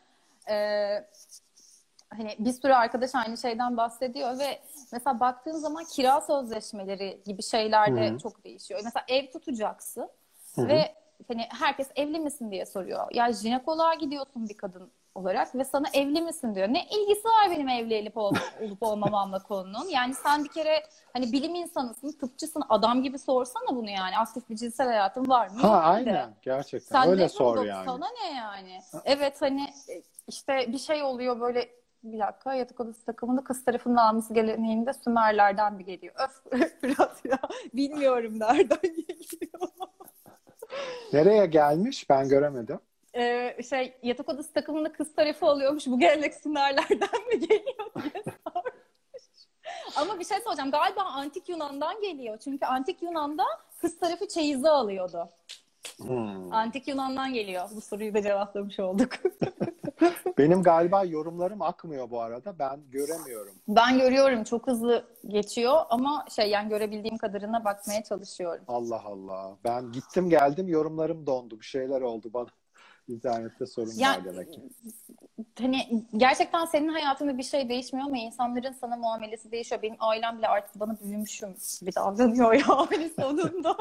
hani bir sürü arkadaş aynı şeyden bahsediyor ve mesela baktığın zaman kira sözleşmeleri gibi Hı şeyler de hı. çok değişiyor. Mesela ev tutacaksın Hı hı. ve hani herkes evli misin diye soruyor. Ya jinekoloğa gidiyorsun bir kadın olarak ve sana evli misin diyor. Ne ilgisi var benim evli olup olmamamla konunun? Yani sen bir kere hani bilim insanısın, tıpçısın, adam gibi sorsana bunu yani. Aktif bir cinsel hayatın var mı? Ha, Yok bir de. aynen, gerçekten Sen öyle sor devrolog, yani. sana ne yani? Evet hani işte bir şey oluyor böyle, bir dakika, yatak odası takımında kız tarafının alması geleneğinde Sümerlerden bir geliyor. Öf Fırat ya, bilmiyorum nereden geliyor. Nereye gelmiş ben göremedim. Yatak odası takımında kız tarafı oluyormuş, bu gelenek Sümerlerden mi geliyor diye sormuş. Ama bir şey soracağım, galiba Antik Yunan'dan geliyor. Çünkü Antik Yunan'da kız tarafı çeyizi alıyordu. Antik Yunan'dan geliyor. Bu soruyu da cevaplamış olduk. Benim galiba yorumlarım akmıyor bu arada. Ben göremiyorum. Ben görüyorum, çok hızlı geçiyor ama yani görebildiğim kadarına bakmaya çalışıyorum. Allah Allah. Ben gittim geldim, yorumlarım dondu. Bir şeyler oldu bana. İnternette sorun Yani var demek ki. hani gerçekten senin hayatında bir şey değişmiyor ama insanların sana muamelesi değişiyor. Benim ailem bile artık bana büyümüşüm gibi davranıyor yani sonunda.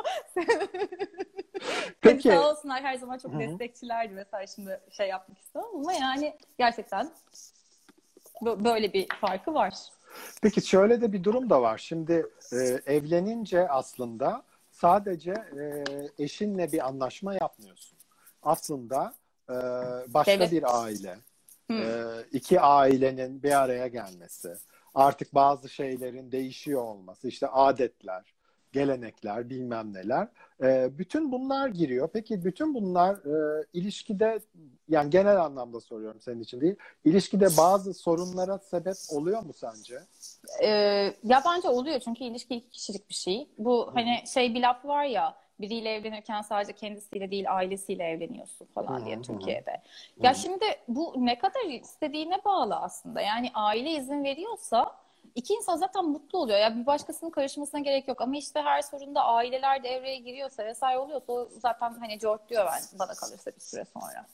Hani Peki. sağ olsunlar, her zaman çok Hı hı. destekçilerdi mesela, şimdi yapmak istemem ama yani gerçekten böyle bir farkı var. Peki şöyle de bir durum da var. Şimdi evlenince aslında sadece eşinle bir anlaşma yapmıyorsun. Aslında başka Devlet. bir aile, iki ailenin bir araya gelmesi. artık bazı şeylerin değişiyor olması, işte adetler, gelenekler, bilmem neler. Bütün bunlar giriyor. Peki bütün bunlar ilişkide, yani genel anlamda soruyorum senin için değil, ilişkide bazı sorunlara sebep oluyor mu sence? Ya bence oluyor çünkü ilişki iki kişilik bir şey. Bu hani şey bir laf var ya, biriyle evlenirken sadece kendisiyle değil ailesiyle evleniyorsun falan diye Türkiye'de. Ya şimdi bu ne kadar istediğine bağlı aslında. Yani aile izin veriyorsa iki insan zaten mutlu oluyor. Ya bir başkasının karışmasına gerek yok. Ama işte her sorunda aileler devreye giriyorsa vesaire oluyorsa o zaten hani cortluyor bana kalırsa bir süre sonra.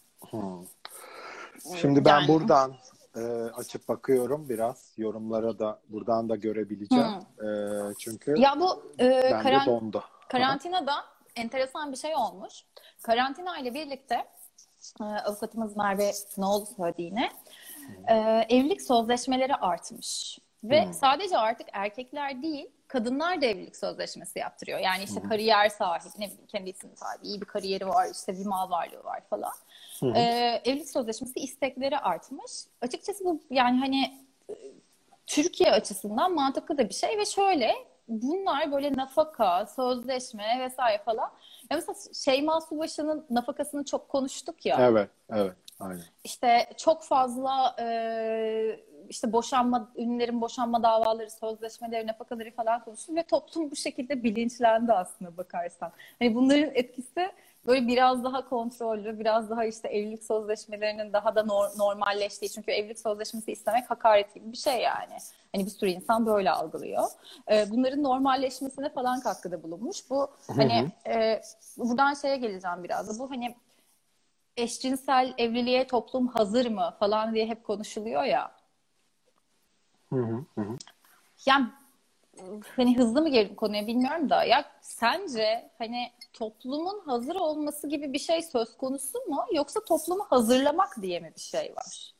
Şimdi ben Yani. buradan açıp bakıyorum biraz. Yorumlara da buradan da görebileceğim. Çünkü Ya bu bende dondu. karantinada enteresan bir şey olmuş. Karantina ile birlikte avukatımız Merve Sınaoğlu söyledi yine. Evlilik sözleşmeleri artmış. Ve sadece artık erkekler değil, kadınlar da evlilik sözleşmesi yaptırıyor. Yani işte kariyer sahibi, ne bileyim kendi isim sahibi, iyi bir kariyeri var, işte bir mal varlığı var falan. Evlilik sözleşmesi istekleri artmış. Açıkçası bu yani hani Türkiye açısından mantıklı da bir şey ve şöyle bunlar böyle nafaka, sözleşme vesaire falan. Ya mesela Şeyma Subaşı'nın nafakasını çok konuştuk ya. Evet, evet, aynen. İşte çok fazla işte ünlülerin boşanma davaları, sözleşmeleri, nafakaları falan konuştuk ve toplum bu şekilde bilinçlendi aslında bakarsan. Hani bunların etkisi böyle biraz daha kontrollü, biraz daha işte evlilik sözleşmelerinin daha da normalleştiği. Çünkü evlilik sözleşmesi istemek hakaret gibi bir şey yani. Hani bir sürü insan böyle algılıyor. Bunların normalleşmesine falan katkıda bulunmuş. Bu hani buradan şeye geleceğim biraz da. Bu hani eşcinsel evliliğe toplum hazır mı falan diye hep konuşuluyor ya. Yani hani hızlı mı girdim konuya bilmiyorum da ya sence hani toplumun hazır olması gibi bir şey söz konusu mu yoksa toplumu hazırlamak diye mi bir şey var?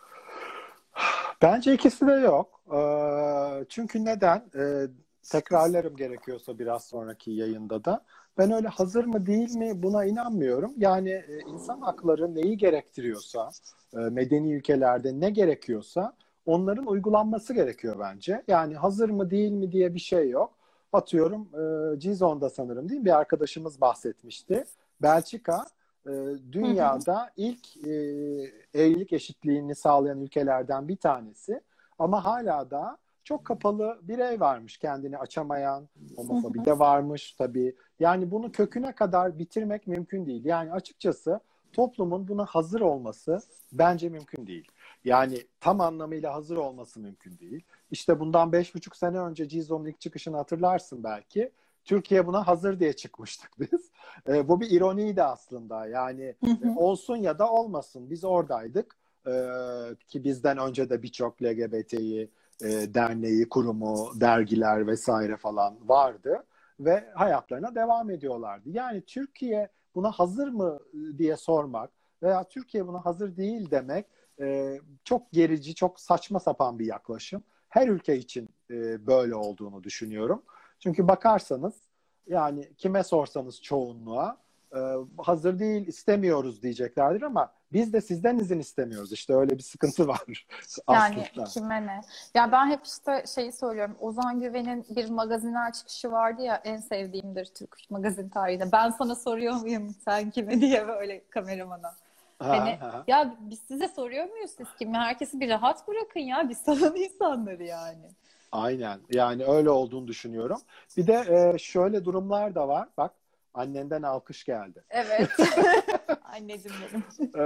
Bence ikisi de yok. Çünkü neden? Tekrarlarım gerekiyorsa biraz sonraki yayında da. Ben öyle hazır mı değil mi buna inanmıyorum. Yani insan hakları neyi gerektiriyorsa, medeni ülkelerde ne gerekiyorsa onların uygulanması gerekiyor bence. Yani hazır mı değil mi diye bir şey yok. Atıyorum Cizon'da sanırım değil mi? Bir arkadaşımız bahsetmişti. Belçika dünyada ilk evlilik eşitliğini sağlayan ülkelerden bir tanesi. Ama hala da çok kapalı birey varmış, kendini açamayan, homofobi de varmış tabii. Yani bunu köküne kadar bitirmek mümkün değil. Yani açıkçası toplumun buna hazır olması bence mümkün değil. Yani tam anlamıyla hazır olması mümkün değil. İşte bundan 5,5 sene önce Cizom'un ilk çıkışını hatırlarsın belki. Türkiye buna hazır diye çıkmıştık biz. Bu bir ironiydi aslında. Yani olsun ya da olmasın. Biz oradaydık. Ki bizden önce de birçok LGBT'yi derneği, kurumu, dergiler vesaire falan vardı ve hayatlarına devam ediyorlardı. Yani Türkiye buna hazır mı diye sormak veya Türkiye buna hazır değil demek çok gerici, çok saçma sapan bir yaklaşım. Her ülke için böyle olduğunu düşünüyorum. Çünkü bakarsanız yani kime sorsanız çoğunluğa hazır değil, istemiyoruz diyeceklerdir ama biz de sizden izin istemiyoruz. İşte öyle bir sıkıntı var Yani aslında. kime ne? Ya ben hep işte şeyi söylüyorum. Ozan Güven'in bir magazinel çıkışı vardı ya, en sevdiğimdir Türk magazin tarihinde. Ben sana soruyor muyum sen kime diye böyle kameramana. Hani ya biz size soruyor muyuz siz kimi? Herkesi bir rahat bırakın ya. Biz sanan insanları yani. Aynen. Yani öyle olduğunu düşünüyorum. Bir de şöyle durumlar da var. Bak, annenden alkış geldi. Evet. Anneciğim benim.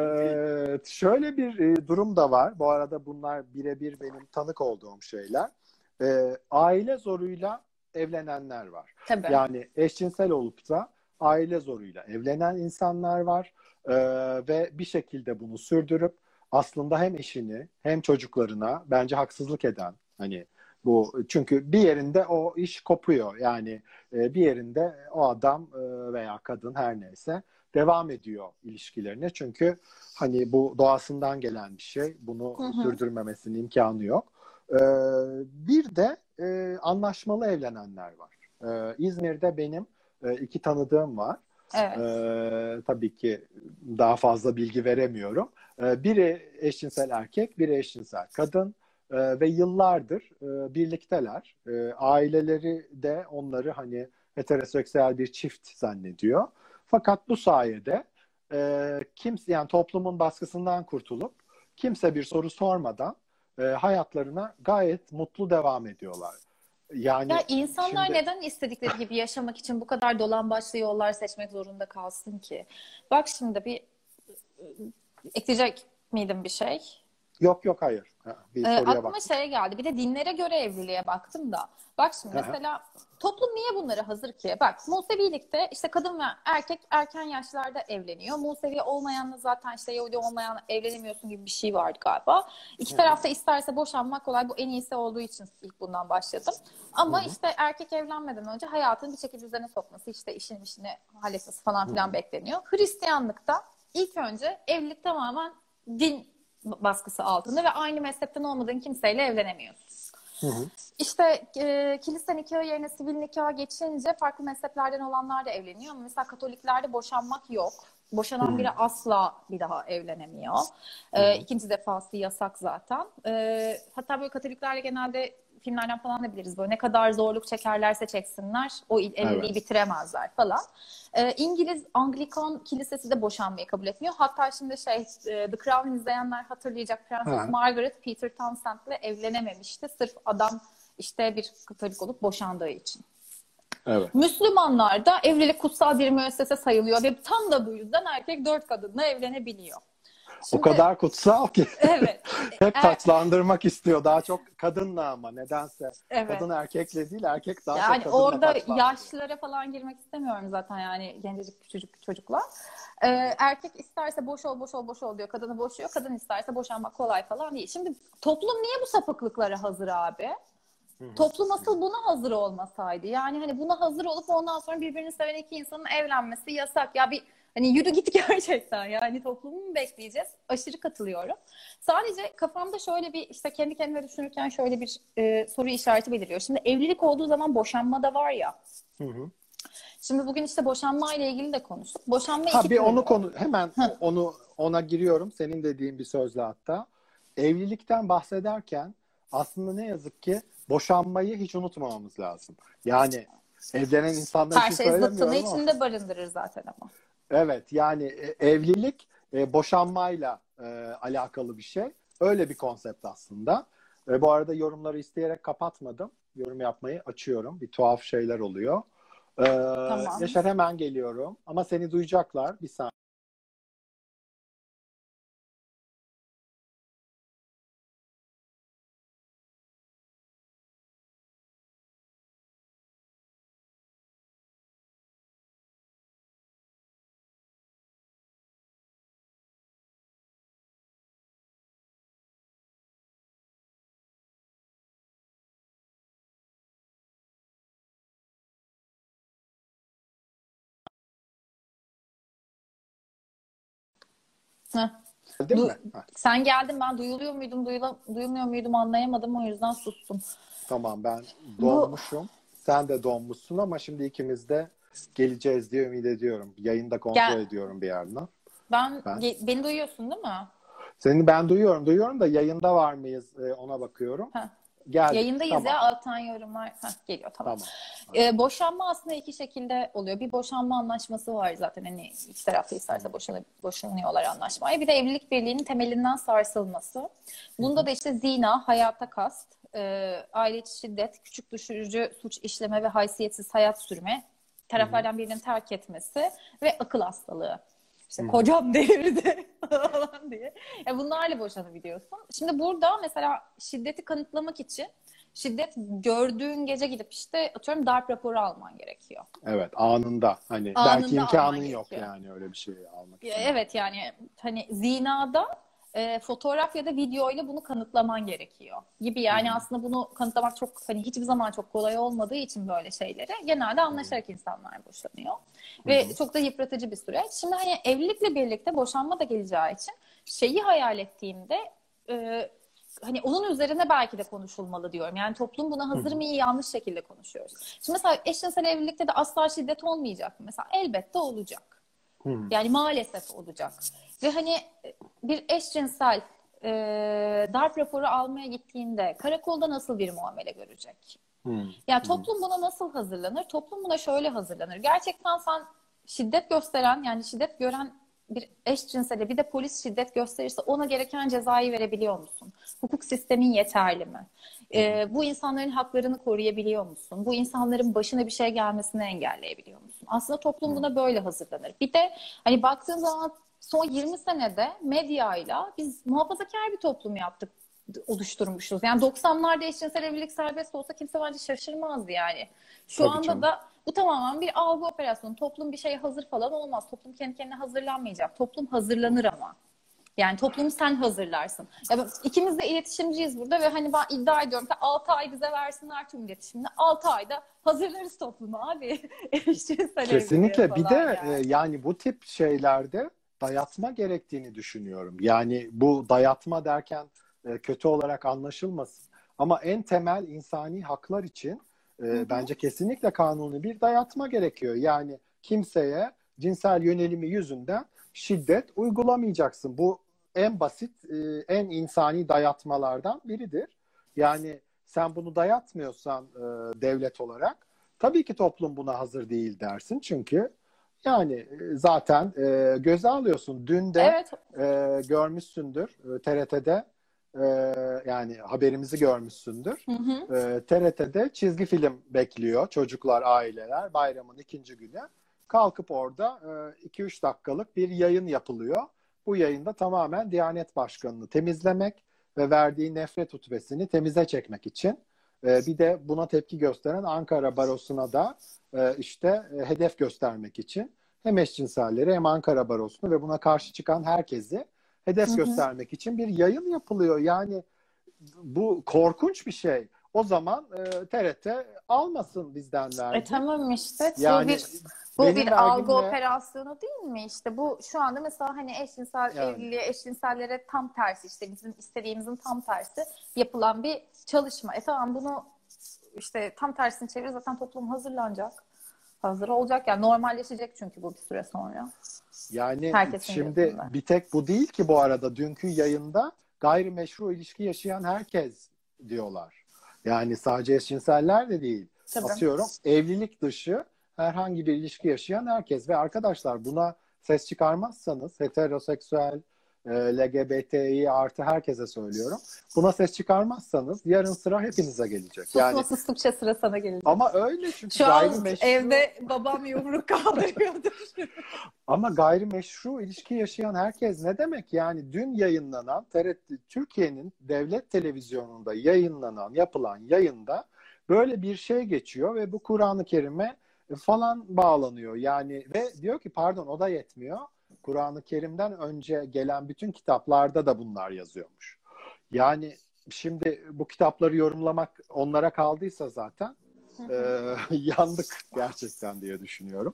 Şöyle bir durum da var. Bu arada bunlar birebir benim tanık olduğum şeyler. Aile zoruyla evlenenler var. Tabii. Yani eşcinsel olup da aile zoruyla evlenen insanlar var. Ve bir şekilde bunu sürdürüp aslında hem eşini hem çocuklarına bence haksızlık eden, hani bu, çünkü bir yerinde o iş kopuyor. Yani bir yerinde o adam veya kadın her neyse devam ediyor ilişkilerine. Çünkü hani bu doğasından gelen bir şey. Bunu sürdürmemesinin imkanı yok. Bir de anlaşmalı evlenenler var. İzmir'de benim iki tanıdığım var. Evet. Tabii ki daha fazla bilgi veremiyorum. Biri eşcinsel erkek, biri eşcinsel kadın. ve yıllardır birlikteler. Aileleri de onları hani heteroseksüel bir çift zannediyor. Fakat bu sayede kimse, yani toplumun baskısından kurtulup kimse bir soru sormadan hayatlarına gayet mutlu devam ediyorlar. Yani Ya insanlar şimdi neden istedikleri gibi yaşamak için bu kadar dolambaçlı yollar seçmek zorunda kalsın ki? Bak şimdi bir ekleyecek miydim bir şey? yok yok hayır. Bir soruya Aklıma bak. şey geldi. Bir de dinlere göre evliliğe baktım da. Bak şimdi mesela toplum niye bunlara hazır ki? Bak Musevilikte işte kadın ve erkek erken yaşlarda evleniyor. Musevi olmayanla zaten işte Yahudi olmayan evlenemiyorsun gibi bir şey vardı galiba. İki tarafta isterse boşanmak kolay. Bu en iyisi olduğu için ilk bundan başladım. Ama işte erkek evlenmeden önce hayatını bir şekilde düzene sokması, işte işini halletmesi falan filan bekleniyor. Hristiyanlıkta ilk önce evlilik tamamen din baskısı altında ve aynı mezhepten olmadığın kimseyle evlenemiyorsun. İşte kilise nikahı yerine sivil nikaha geçince farklı mezheplerden olanlar da evleniyor. Ama mesela Katoliklerde boşanmak yok. Boşanan biri asla bir daha evlenemiyor. İkinci defası yasak zaten. Hatta böyle Katoliklerle genelde filmlerden falan da biliriz. Böyle ne kadar zorluk çekerlerse çeksinler o evliliği bitiremezler falan. İngiliz Anglikan Kilisesi de boşanmayı kabul etmiyor. Hatta şimdi The Crown izleyenler hatırlayacak, Prenses Margaret Peter Townsend'le evlenememişti. Sırf adam işte bir Katolik olup boşandığı için. Evet. Müslümanlarda evlilik kutsal bir müessese sayılıyor ve tam da bu yüzden erkek 4 kadınla evlenebiliyor. Şimdi, o kadar kutsal ki. Evet. Hep taçlandırmak istiyor. Daha çok kadınla ama nedense. Evet. Kadın erkekle değil, erkek daha yani çok kadınla orada taçlandırıyor. yaşlılara falan girmek istemiyorum zaten, yani gencecik küçücük çocuklar. Erkek isterse boş ol diyor. Kadını boşuyor. Kadın isterse boşanmak kolay falan değil. Şimdi toplum niye bu sapıklıklara hazır abi? Toplum asıl buna hazır olmasaydı. Yani hani buna hazır olup ondan sonra birbirini seven iki insanın evlenmesi yasak. Ya bir hani yürü git gerçekten. Yani toplumu mu bekleyeceğiz? Aşırı katılıyorum. Sadece kafamda şöyle bir işte kendi kendime düşünürken şöyle bir soru işareti beliriyor. Şimdi evlilik olduğu zaman boşanma da var ya. Şimdi bugün işte boşanma ile ilgili de konuştuk. Boşanma iki bir türlü. Hemen ona giriyorum. Senin dediğin bir sözle hatta. Evlilikten bahsederken aslında ne yazık ki boşanmayı hiç unutmamamız lazım. Yani evlenen insanlar Her için şey zıttını söylemiyorum ama. içinde barındırır zaten ama. Evet, yani evlilik boşanmayla alakalı bir şey. Öyle bir konsept aslında. Bu arada yorumları isteyerek kapatmadım. Yorum yapmayı açıyorum. Bir tuhaf şeyler oluyor. Tamam. Yaşar, hemen geliyorum. Ama seni duyacaklar. Bir saniye. Değil mi? Sen geldin, ben duyuluyor muydum, duyulmuyor muydum anlayamadım, o yüzden sustum. Tamam, ben donmuşum. Sen de donmuşsun ama şimdi ikimiz de geleceğiz diye ümit ediyorum. Yayında kontrol ediyorum bir yerden. Beni duyuyorsun değil mi? Seni ben duyuyorum da yayında var mıyız ona bakıyorum. Geldik. Yayındayız tamam. ya, alttan yorumlar geliyor, tamam. Boşanma aslında iki şekilde oluyor. Bir boşanma anlaşması var zaten, hani iki tarafta isterse boşanıyorlar anlaşmaya. Bir de evlilik birliğinin temelinden sarsılması. Bunda da işte zina, hayata kast, aile içi şiddet, küçük düşürücü suç işleme ve haysiyetsiz hayat sürme, taraflardan birinin terk etmesi ve akıl hastalığı. İşte kocam delirdi falan diye. Bunlarla boşanabiliyorsun. Şimdi burada mesela şiddeti kanıtlamak için şiddet gördüğün gece gidip işte atıyorum darp raporu alman gerekiyor. Evet, anında. Hani anında belki imkanın yok yani öyle bir şey almak için. Evet, yani hani zinada fotoğraf ya da video ile bunu kanıtlaman gerekiyor gibi, yani aslında bunu kanıtlamak çok hani hiçbir zaman çok kolay olmadığı için böyle şeyleri genelde anlaşarak insanlar boşanıyor ve çok da yıpratıcı bir süreç. Şimdi hani evlilikle birlikte boşanma da geleceği için şeyi hayal ettiğimde hani onun üzerine belki de konuşulmalı diyorum. Yani toplum buna hazır mı, iyi yanlış şekilde konuşuyoruz. Şimdi mesela eşcinsel evlilikte de asla şiddet olmayacak mı? Mesela elbette olacak. Yani maalesef olacak. Ve hani bir eşcinsel darp raporu almaya gittiğinde karakolda nasıl bir muamele görecek? Ya toplum buna nasıl hazırlanır? Toplum buna şöyle hazırlanır. Gerçekten sen şiddet gösteren, yani şiddet gören bir eşcinsele bir de polis şiddet gösterirse ona gereken cezayı verebiliyor musun? Hukuk sistemin yeterli mi? Bu insanların haklarını koruyabiliyor musun? Bu insanların başına bir şey gelmesini engelleyebiliyor musun? Aslında toplum buna böyle hazırlanır. Bir de hani baktığın zaman son 20 senede medyayla biz muhafazakar bir toplum oluşturmuşuz. Yani 90'larda eşcinsel evlilik serbest olsa kimse bence şaşırmazdı yani. Şu Tabii anda canım. da bu tamamen bir algı operasyonu. Toplum bir şeye hazır falan olmaz. Toplum kendi kendine hazırlanmayacak. Toplum hazırlanır ama. Yani toplumu sen hazırlarsın. Ya ikimiz de iletişimciyiz burada ve hani ben iddia ediyorum ki 6 ay bize versinler tüm iletişimini. 6 ayda hazırlarız toplumu abi. Eşcinsel Kesinlikle. evliliğe Bir falan de yani. yani bu tip şeylerde dayatma gerektiğini düşünüyorum. Yani bu dayatma derken kötü olarak anlaşılmasın. Ama en temel insani haklar için bence kesinlikle kanuni bir dayatma gerekiyor. Yani kimseye cinsel yönelimi yüzünden şiddet uygulamayacaksın. Bu en basit, en insani dayatmalardan biridir. Yani sen bunu dayatmıyorsan devlet olarak tabii ki toplum buna hazır değil dersin. Çünkü yani zaten göze alıyorsun. Dün de Evet. görmüşsündür TRT'de yani haberimizi görmüşsündür. Hı hı. TRT'de çizgi film bekliyor çocuklar, aileler bayramın ikinci günü. Kalkıp orada 2-3 dakikalık bir yayın yapılıyor. Bu yayında tamamen Diyanet Başkanı'nı temizlemek ve verdiği nefret hutbesini temize çekmek için. Bir de buna tepki gösteren Ankara Barosu'na da hedef göstermek için hem eşcinselleri hem Ankara Barosu'nu ve buna karşı çıkan herkesi hedef göstermek için bir yayın yapılıyor. Yani bu korkunç bir şey. O zaman TRT almasın bizden vergi. Tamam işte. Yani Bu benim bir algı vergimle operasyonu değil mi? İşte bu şu anda mesela hani eşcinsel yani evliliğe, eşcinsellere tam tersi, işte bizim istediğimizin tam tersi yapılan bir çalışma. Tamam, bunu işte tam tersini çevir, zaten toplum hazırlanacak. Hazır olacak yani, normalleşecek çünkü bu bir süre sonra. Yani Herkesin şimdi gözünde. bir tek bu değil ki bu arada dünkü yayında gayrimeşru ilişki yaşayan herkes diyorlar. Yani sadece eşcinseller de değil. Tabii. Atıyorum evlilik dışı herhangi bir ilişki yaşayan herkes ve arkadaşlar buna ses çıkarmazsanız heteroseksüel, LGBTİ artı herkese söylüyorum. Buna ses çıkarmazsanız yarın sıra hepinize gelecek. Yani Susma sustukça sıra sana gelecek. ama öyle çünkü Şu an gayrimeşru evde babam yumruk kaldırıyordur. ama gayrimeşru ilişki yaşayan herkes ne demek? Yani dün yayınlanan TRT Türkiye'nin devlet televizyonunda yapılan yayında böyle bir şey geçiyor ve bu Kur'an-ı Kerim'e falan bağlanıyor. Yani ve diyor ki pardon o da yetmiyor. Kur'an-ı Kerim'den önce gelen bütün kitaplarda da bunlar yazıyormuş. Yani şimdi bu kitapları yorumlamak onlara kaldıysa zaten yandık gerçekten diye düşünüyorum.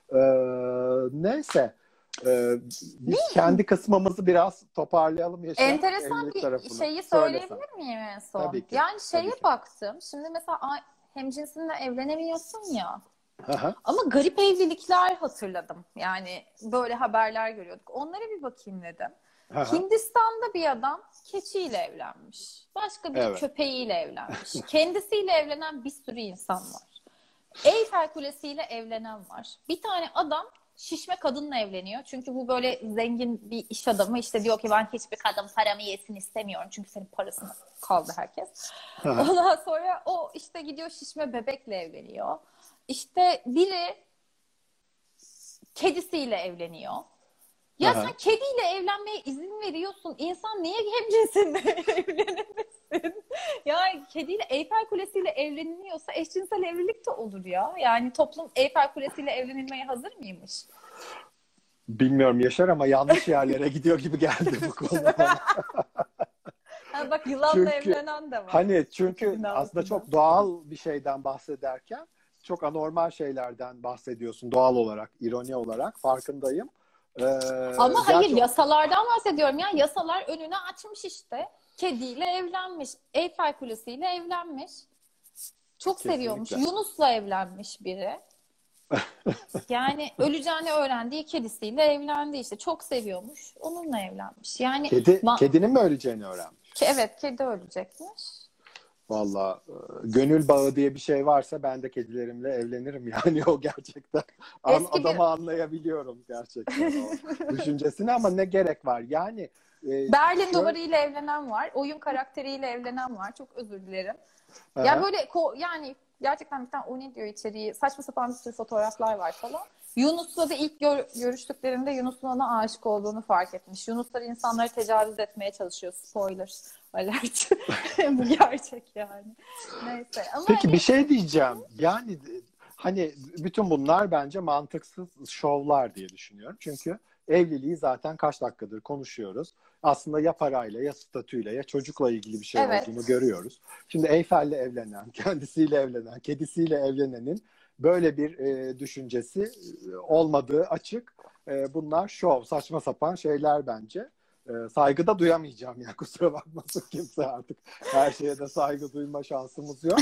Neyse. Biz kendi kısmımızı biraz toparlayalım Yaşar. Enteresan Evlilik bir tarafını. şeyi Söylesen. söyleyebilir miyim en son? Tabii ki. Yani şeye Tabii ki. baktım. Şimdi mesela hemcinsinle evlenemiyorsun ya. Aha. Ama garip evlilikler hatırladım. Yani böyle haberler görüyorduk. Onlara bir bakayım dedim. Aha. Hindistan'da bir adam keçiyle evlenmiş. Başka bir Evet. köpeğiyle evlenmiş. Kendisiyle evlenen bir sürü insan var. Eyfel Kulesi'yle evlenen var. Bir tane adam şişme kadınla evleniyor. Çünkü bu böyle zengin bir iş adamı. İşte diyor ki ben hiçbir kadın paramı yesin istemiyorum. Çünkü senin parasını kaldı herkes. Ondan sonra o işte gidiyor şişme bebekle evleniyor. İşte biri kedisiyle evleniyor. Ya Aha. sen kediyle evlenmeye izin veriyorsun. İnsan niye hemcinsinle evlenemesin? Ya kediyle Eyfel Kulesi'yle evleniliyorsa eşcinsel evlilik de olur ya. Yani toplum Eyfel Kulesi'yle evlenilmeye hazır mıymış? Bilmiyorum Yaşar ama yanlış yerlere gidiyor gibi geldi bu konuda. Ha, bak yılanla Çünkü evlenen de var. çünkü aslında çok doğal bir şeyden bahsederken çok anormal şeylerden bahsediyorsun doğal olarak, ironi olarak farkındayım. Ama hayır, gerçi yasalardan bahsediyorum ya. Yasalar önünü açmış işte. Kediyle evlenmiş. Eyfel Kulesi'yle evlenmiş. Çok Kesinlikle. seviyormuş. Yunus'la evlenmiş biri. Yani öleceğini öğrendiği kedisiyle evlendi işte. Çok seviyormuş. Onunla evlenmiş. Yani Kedinin mi öleceğini öğrenmiş? Evet, kedi ölecekmiş. Valla gönül bağı diye bir şey varsa ben de kedilerimle evlenirim yani o gerçekten. Adamı anlayabiliyorum gerçekten o düşüncesini ama ne gerek var yani. Berlin duvarıyla evlenen var. Oyun karakteriyle evlenen var. Çok özür dilerim. Ya böyle yani gerçekten bir tane o ne diyor içeriği saçma sapan bir sürü fotoğraflar var falan. Yunus'la da ilk görüştüklerinde Yunus'un ona aşık olduğunu fark etmiş. Yunuslar insanları tecavüz etmeye çalışıyor. Spoiler alert. Bu gerçek yani. Neyse. Ama peki hani... bir şey diyeceğim. Yani hani bütün bunlar bence mantıksız şovlar diye düşünüyorum. Çünkü evliliği zaten kaç dakikadır konuşuyoruz. Aslında ya parayla ya statüyle ya çocukla ilgili bir şey olduğunu görüyoruz. Şimdi Eyfel'le evlenen, kendisiyle evlenen, kedisiyle evlenenin böyle bir düşüncesi olmadığı açık. Bunlar şov, saçma sapan şeyler bence. Saygıda duyamayacağım ya kusura bakmasın kimse artık. Her şeye de saygı duyma şansımız yok.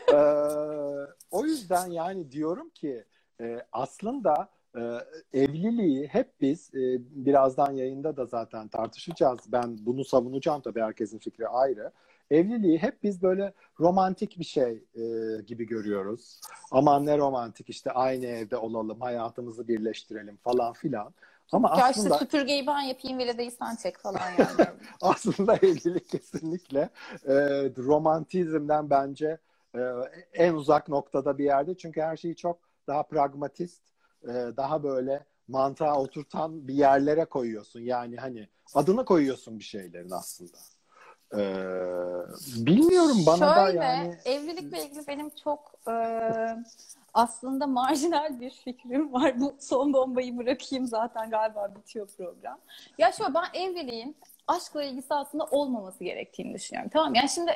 O yüzden yani diyorum ki aslında evliliği hep biz birazdan yayında da zaten tartışacağız. Ben bunu savunacağım tabii herkesin fikri ayrı. Evliliği hep biz böyle romantik bir şey gibi görüyoruz. Aman ne romantik işte aynı evde olalım, hayatımızı birleştirelim falan filan. Ama aslında işte süpürgeyi ben yapayım Velide'yi sen çek falan yani. aslında evlilik kesinlikle romantizmden bence en uzak noktada bir yerde. Çünkü her şeyi çok daha pragmatist, daha böyle mantığa oturtan bir yerlere koyuyorsun. Yani hani adını koyuyorsun bir şeylerin aslında. Bilmiyorum bana da yani. Evlilikle ilgili benim çok aslında marjinal bir fikrim var. Bu son bombayı bırakayım zaten galiba bitiyor program. Ya şöyle ben evliliğin aşkla ilgisi aslında olmaması gerektiğini düşünüyorum. Tamam yani şimdi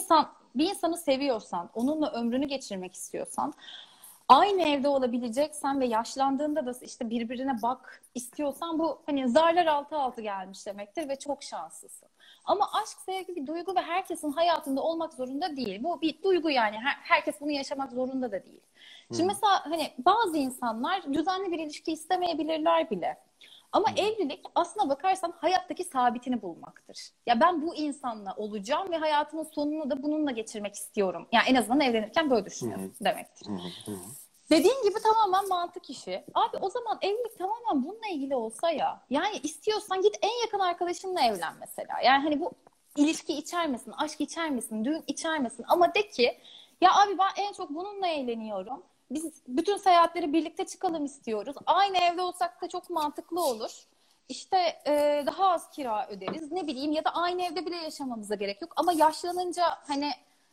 bir insanı seviyorsan, onunla ömrünü geçirmek istiyorsan, aynı evde olabileceksen ve yaşlandığında da işte birbirine bak istiyorsan bu hani zarlar altı gelmiş demektir ve çok şanslısın. Ama aşk, sevgi bir duygu ve herkesin hayatında olmak zorunda değil. Bu bir duygu yani. Herkes bunu yaşamak zorunda da değil. Şimdi mesela hani bazı insanlar düzenli bir ilişki istemeyebilirler bile. Ama evlilik aslına bakarsan hayattaki sabitini bulmaktır. Ya ben bu insanla olacağım ve hayatımın sonunu da bununla geçirmek istiyorum. Yani en azından evlenirken böyle düşünüyorum demektir. Dediğin gibi tamamen mantık işi. Abi o zaman evlilik tamamen bununla ilgili olsa ya. Yani istiyorsan git en yakın arkadaşınla evlen mesela. Yani hani bu ilişki içermesin, aşk içermesin, düğün içermesin. Ama de ki ya abi ben en çok bununla eğleniyorum. Biz bütün seyahatleri birlikte çıkalım istiyoruz. Aynı evde olsak da çok mantıklı olur. İşte daha az kira öderiz. Ne bileyim ya da aynı evde bile yaşamamıza gerek yok. Ama yaşlanınca hani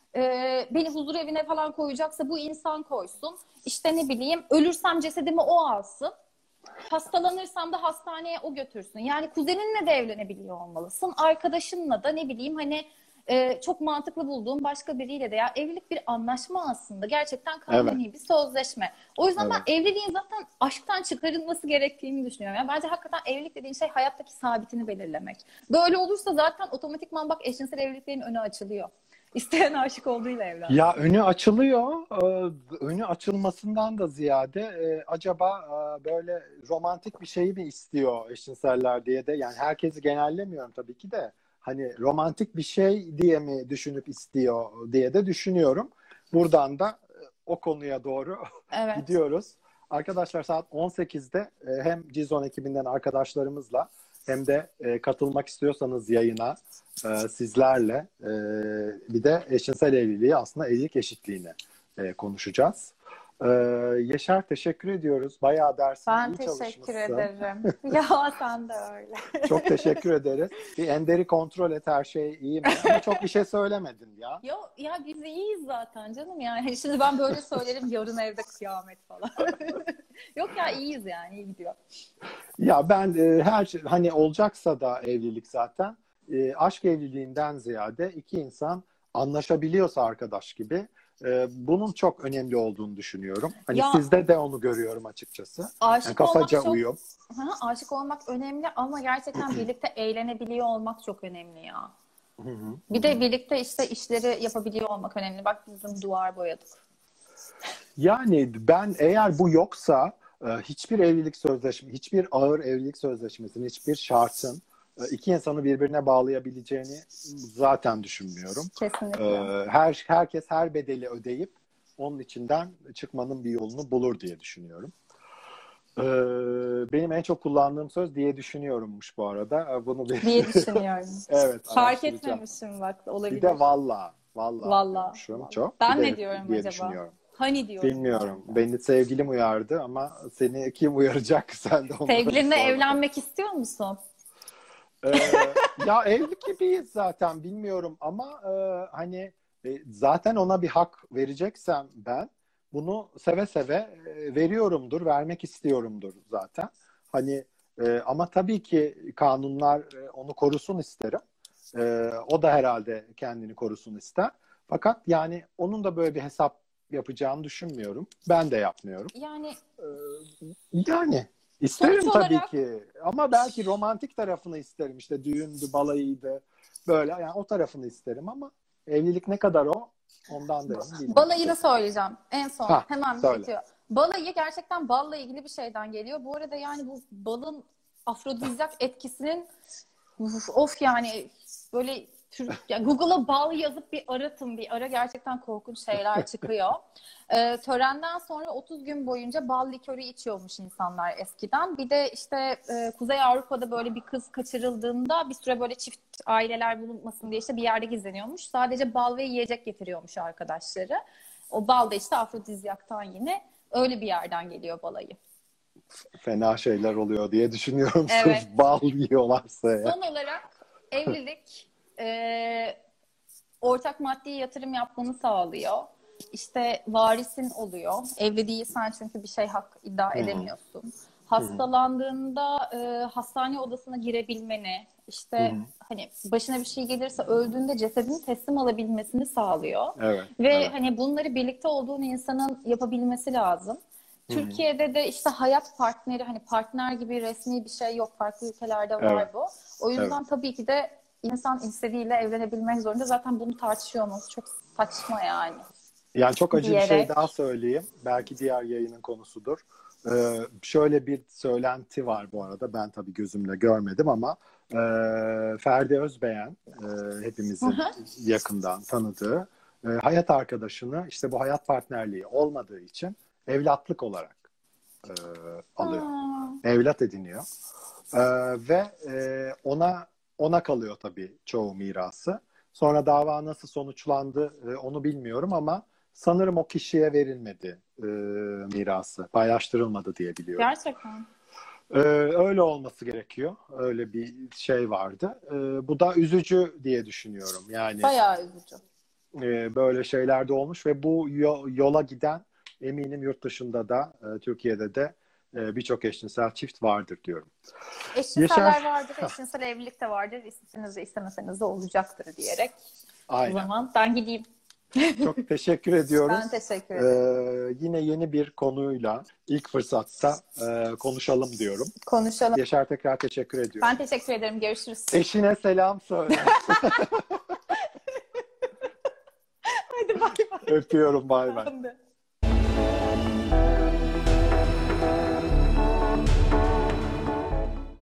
beni huzur evine falan koyacaksa bu insan koysun. İşte ne bileyim ölürsem cesedimi o alsın. Hastalanırsam da hastaneye o götürsün. Yani kuzeninle de evlenebiliyor olmalısın. Arkadaşınla da ne bileyim hani çok mantıklı bulduğum başka biriyle de ya evlilik bir anlaşma aslında. Gerçekten kanuni bir sözleşme. O yüzden ben evliliğin zaten aşktan çıkarılması gerektiğini düşünüyorum. Yani bence hakikaten evlilik dediğin şey hayattaki sabitini belirlemek. Böyle olursa zaten otomatikman bak eşcinsel evliliklerin önü açılıyor. İsteyen aşık olduğuyla evlenmek. Ya önü açılıyor. Önü açılmasından da ziyade acaba böyle romantik bir şeyi mi istiyor eşcinseller diye de yani herkesi genellemiyorum tabii ki de hani romantik bir şey diye mi düşünüp istiyor diye de düşünüyorum. Buradan da o konuya doğru gidiyoruz. Arkadaşlar saat 18'de hem Cizon ekibinden arkadaşlarımızla hem de katılmak istiyorsanız yayına sizlerle bir de eşcinsel evliliği aslında evlilik eşitliğini konuşacağız. Yaşar teşekkür ediyoruz. Bayağı dersin iyi çalışmışsın. Ben teşekkür ederim. Ya sen de öyle. Çok teşekkür ederiz. Bir Ender'i kontrol et her şey iyi mi? Ama çok bir şey söylemedin ya. Ya biz iyiyiz zaten canım yani. Şimdi ben böyle söylerim yarın evde kıyamet falan. Yok ya iyiyiz yani iyi gidiyor. Ya ben her şey hani olacaksa da evlilik zaten aşk evliliğinden ziyade iki insan anlaşabiliyorsa arkadaş gibi bunun çok önemli olduğunu düşünüyorum. Hani sizde de onu görüyorum açıkçası. Yani kafaca uyum. Aşık olmak önemli ama gerçekten birlikte eğlenebiliyor olmak çok önemli ya. Bir de birlikte işte işleri yapabiliyor olmak önemli. Bak bizim duvar boyadık. Yani ben eğer bu yoksa hiçbir evlilik sözleşmesi, hiçbir ağır evlilik sözleşmesinin, hiçbir şartın iki insanı birbirine bağlayabileceğini zaten düşünmüyorum. Kesinlikle. Herkes her bedeli ödeyip onun içinden çıkmanın bir yolunu bulur diye düşünüyorum. Benim en çok kullandığım söz diye düşünüyorummuş bu arada. Bunu diye düşünüyorum. Evet. Fark etmemişim bak, olabilir. Bir de valla Vallahi. çok. Ben bir ne de diyorum diye acaba? Düşünüyorum. Hani diyorum. Bilmiyorum. Beni sevgilim uyardı ama seni kim uyaracak? Sen de onu Sevgilinle evlenmek istiyor musun? Ya evli gibiyiz zaten, bilmiyorum ama hani zaten ona bir hak vereceksem ben bunu seve seve veriyorumdur, vermek istiyorumdur zaten. Hani ama tabii ki kanunlar onu korusun isterim. O da herhalde kendini korusun ister. Fakat yani onun da böyle bir hesap yapacağını düşünmüyorum. Ben de yapmıyorum. Yani isterim sonuç tabii olarak... ki. Ama belki romantik tarafını isterim. İşte düğündü, balayıydı. Böyle yani o tarafını isterim ama evlilik ne kadar o? Ondan da emin değilim. Balayını söyleyeceğim. En son. Hemen söyle. bitiyor. Balayı gerçekten balla ilgili bir şeyden geliyor. Bu arada yani bu balın afrodizyak etkisinin of yani böyle yani Google'a bal yazıp bir aratın, bir ara, gerçekten korkunç şeyler çıkıyor. Törenden sonra 30 gün boyunca bal likörü içiyormuş insanlar eskiden. Bir de işte Kuzey Avrupa'da böyle bir kız kaçırıldığında bir süre böyle çift aileler bulunmasın diye işte bir yerde gizleniyormuş. Sadece bal ve yiyecek getiriyormuş arkadaşları. O bal da işte afrodizyaktan, yine öyle bir yerden geliyor balayı. Fena şeyler oluyor diye düşünüyorum. Evet. Sırf bal yiyorlarsa ya. Son olarak evlilik ortak maddi yatırım yapmanı sağlıyor. İşte varisin oluyor. Evli değilsen çünkü bir şey hak iddia edemiyorsun. Hastalandığında hastane odasına girebilmeni, işte hani başına bir şey gelirse öldüğünde cesedini teslim alabilmesini sağlıyor. Ve hani bunları birlikte olduğun insanın yapabilmesi lazım. Türkiye'de de işte hayat partneri, hani partner gibi resmi bir şey yok. Farklı ülkelerde var bu. O yüzden tabii ki de insan istediğiyle evlenebilmek zorunda. Zaten bunu tartışıyor olması çok saçma yani. Yani çok acı bir şey daha söyleyeyim. Belki diğer yayının konusudur. Şöyle bir söylenti var bu arada. Ben tabii gözümle görmedim ama Ferdi Özbeğen, hepimizin yakından tanıdığı hayat arkadaşını işte bu hayat partnerliği olmadığı için evlatlık olarak alıyor. Evlat ediniyor. Ve ona kalıyor tabii çoğu mirası. Sonra dava nasıl sonuçlandı onu bilmiyorum ama sanırım o kişiye verilmedi mirası. Paylaştırılmadı diye biliyorum. Gerçekten. Öyle olması gerekiyor. Öyle bir şey vardı. Bu da üzücü diye düşünüyorum. Yani bayağı üzücü. Böyle şeyler de olmuş ve bu yola giden eminim yurt dışında da Türkiye'de de birçok eşcinsel çift vardır diyorum. Eşcinseller vardır, eşcinsel evlilik de vardır. İsteseniz de istemeseniz de olacaktır diyerek. Aynen. O zaman ben gideyim. Çok teşekkür ediyoruz. Ben teşekkür ederim. Yine yeni bir konuyla ilk fırsatta konuşalım diyorum. Konuşalım. Yaşar, tekrar teşekkür ediyorum. Ben teşekkür ederim. Görüşürüz. Eşine selam söyle. Hadi bay bay. Öpüyorum, bay bay.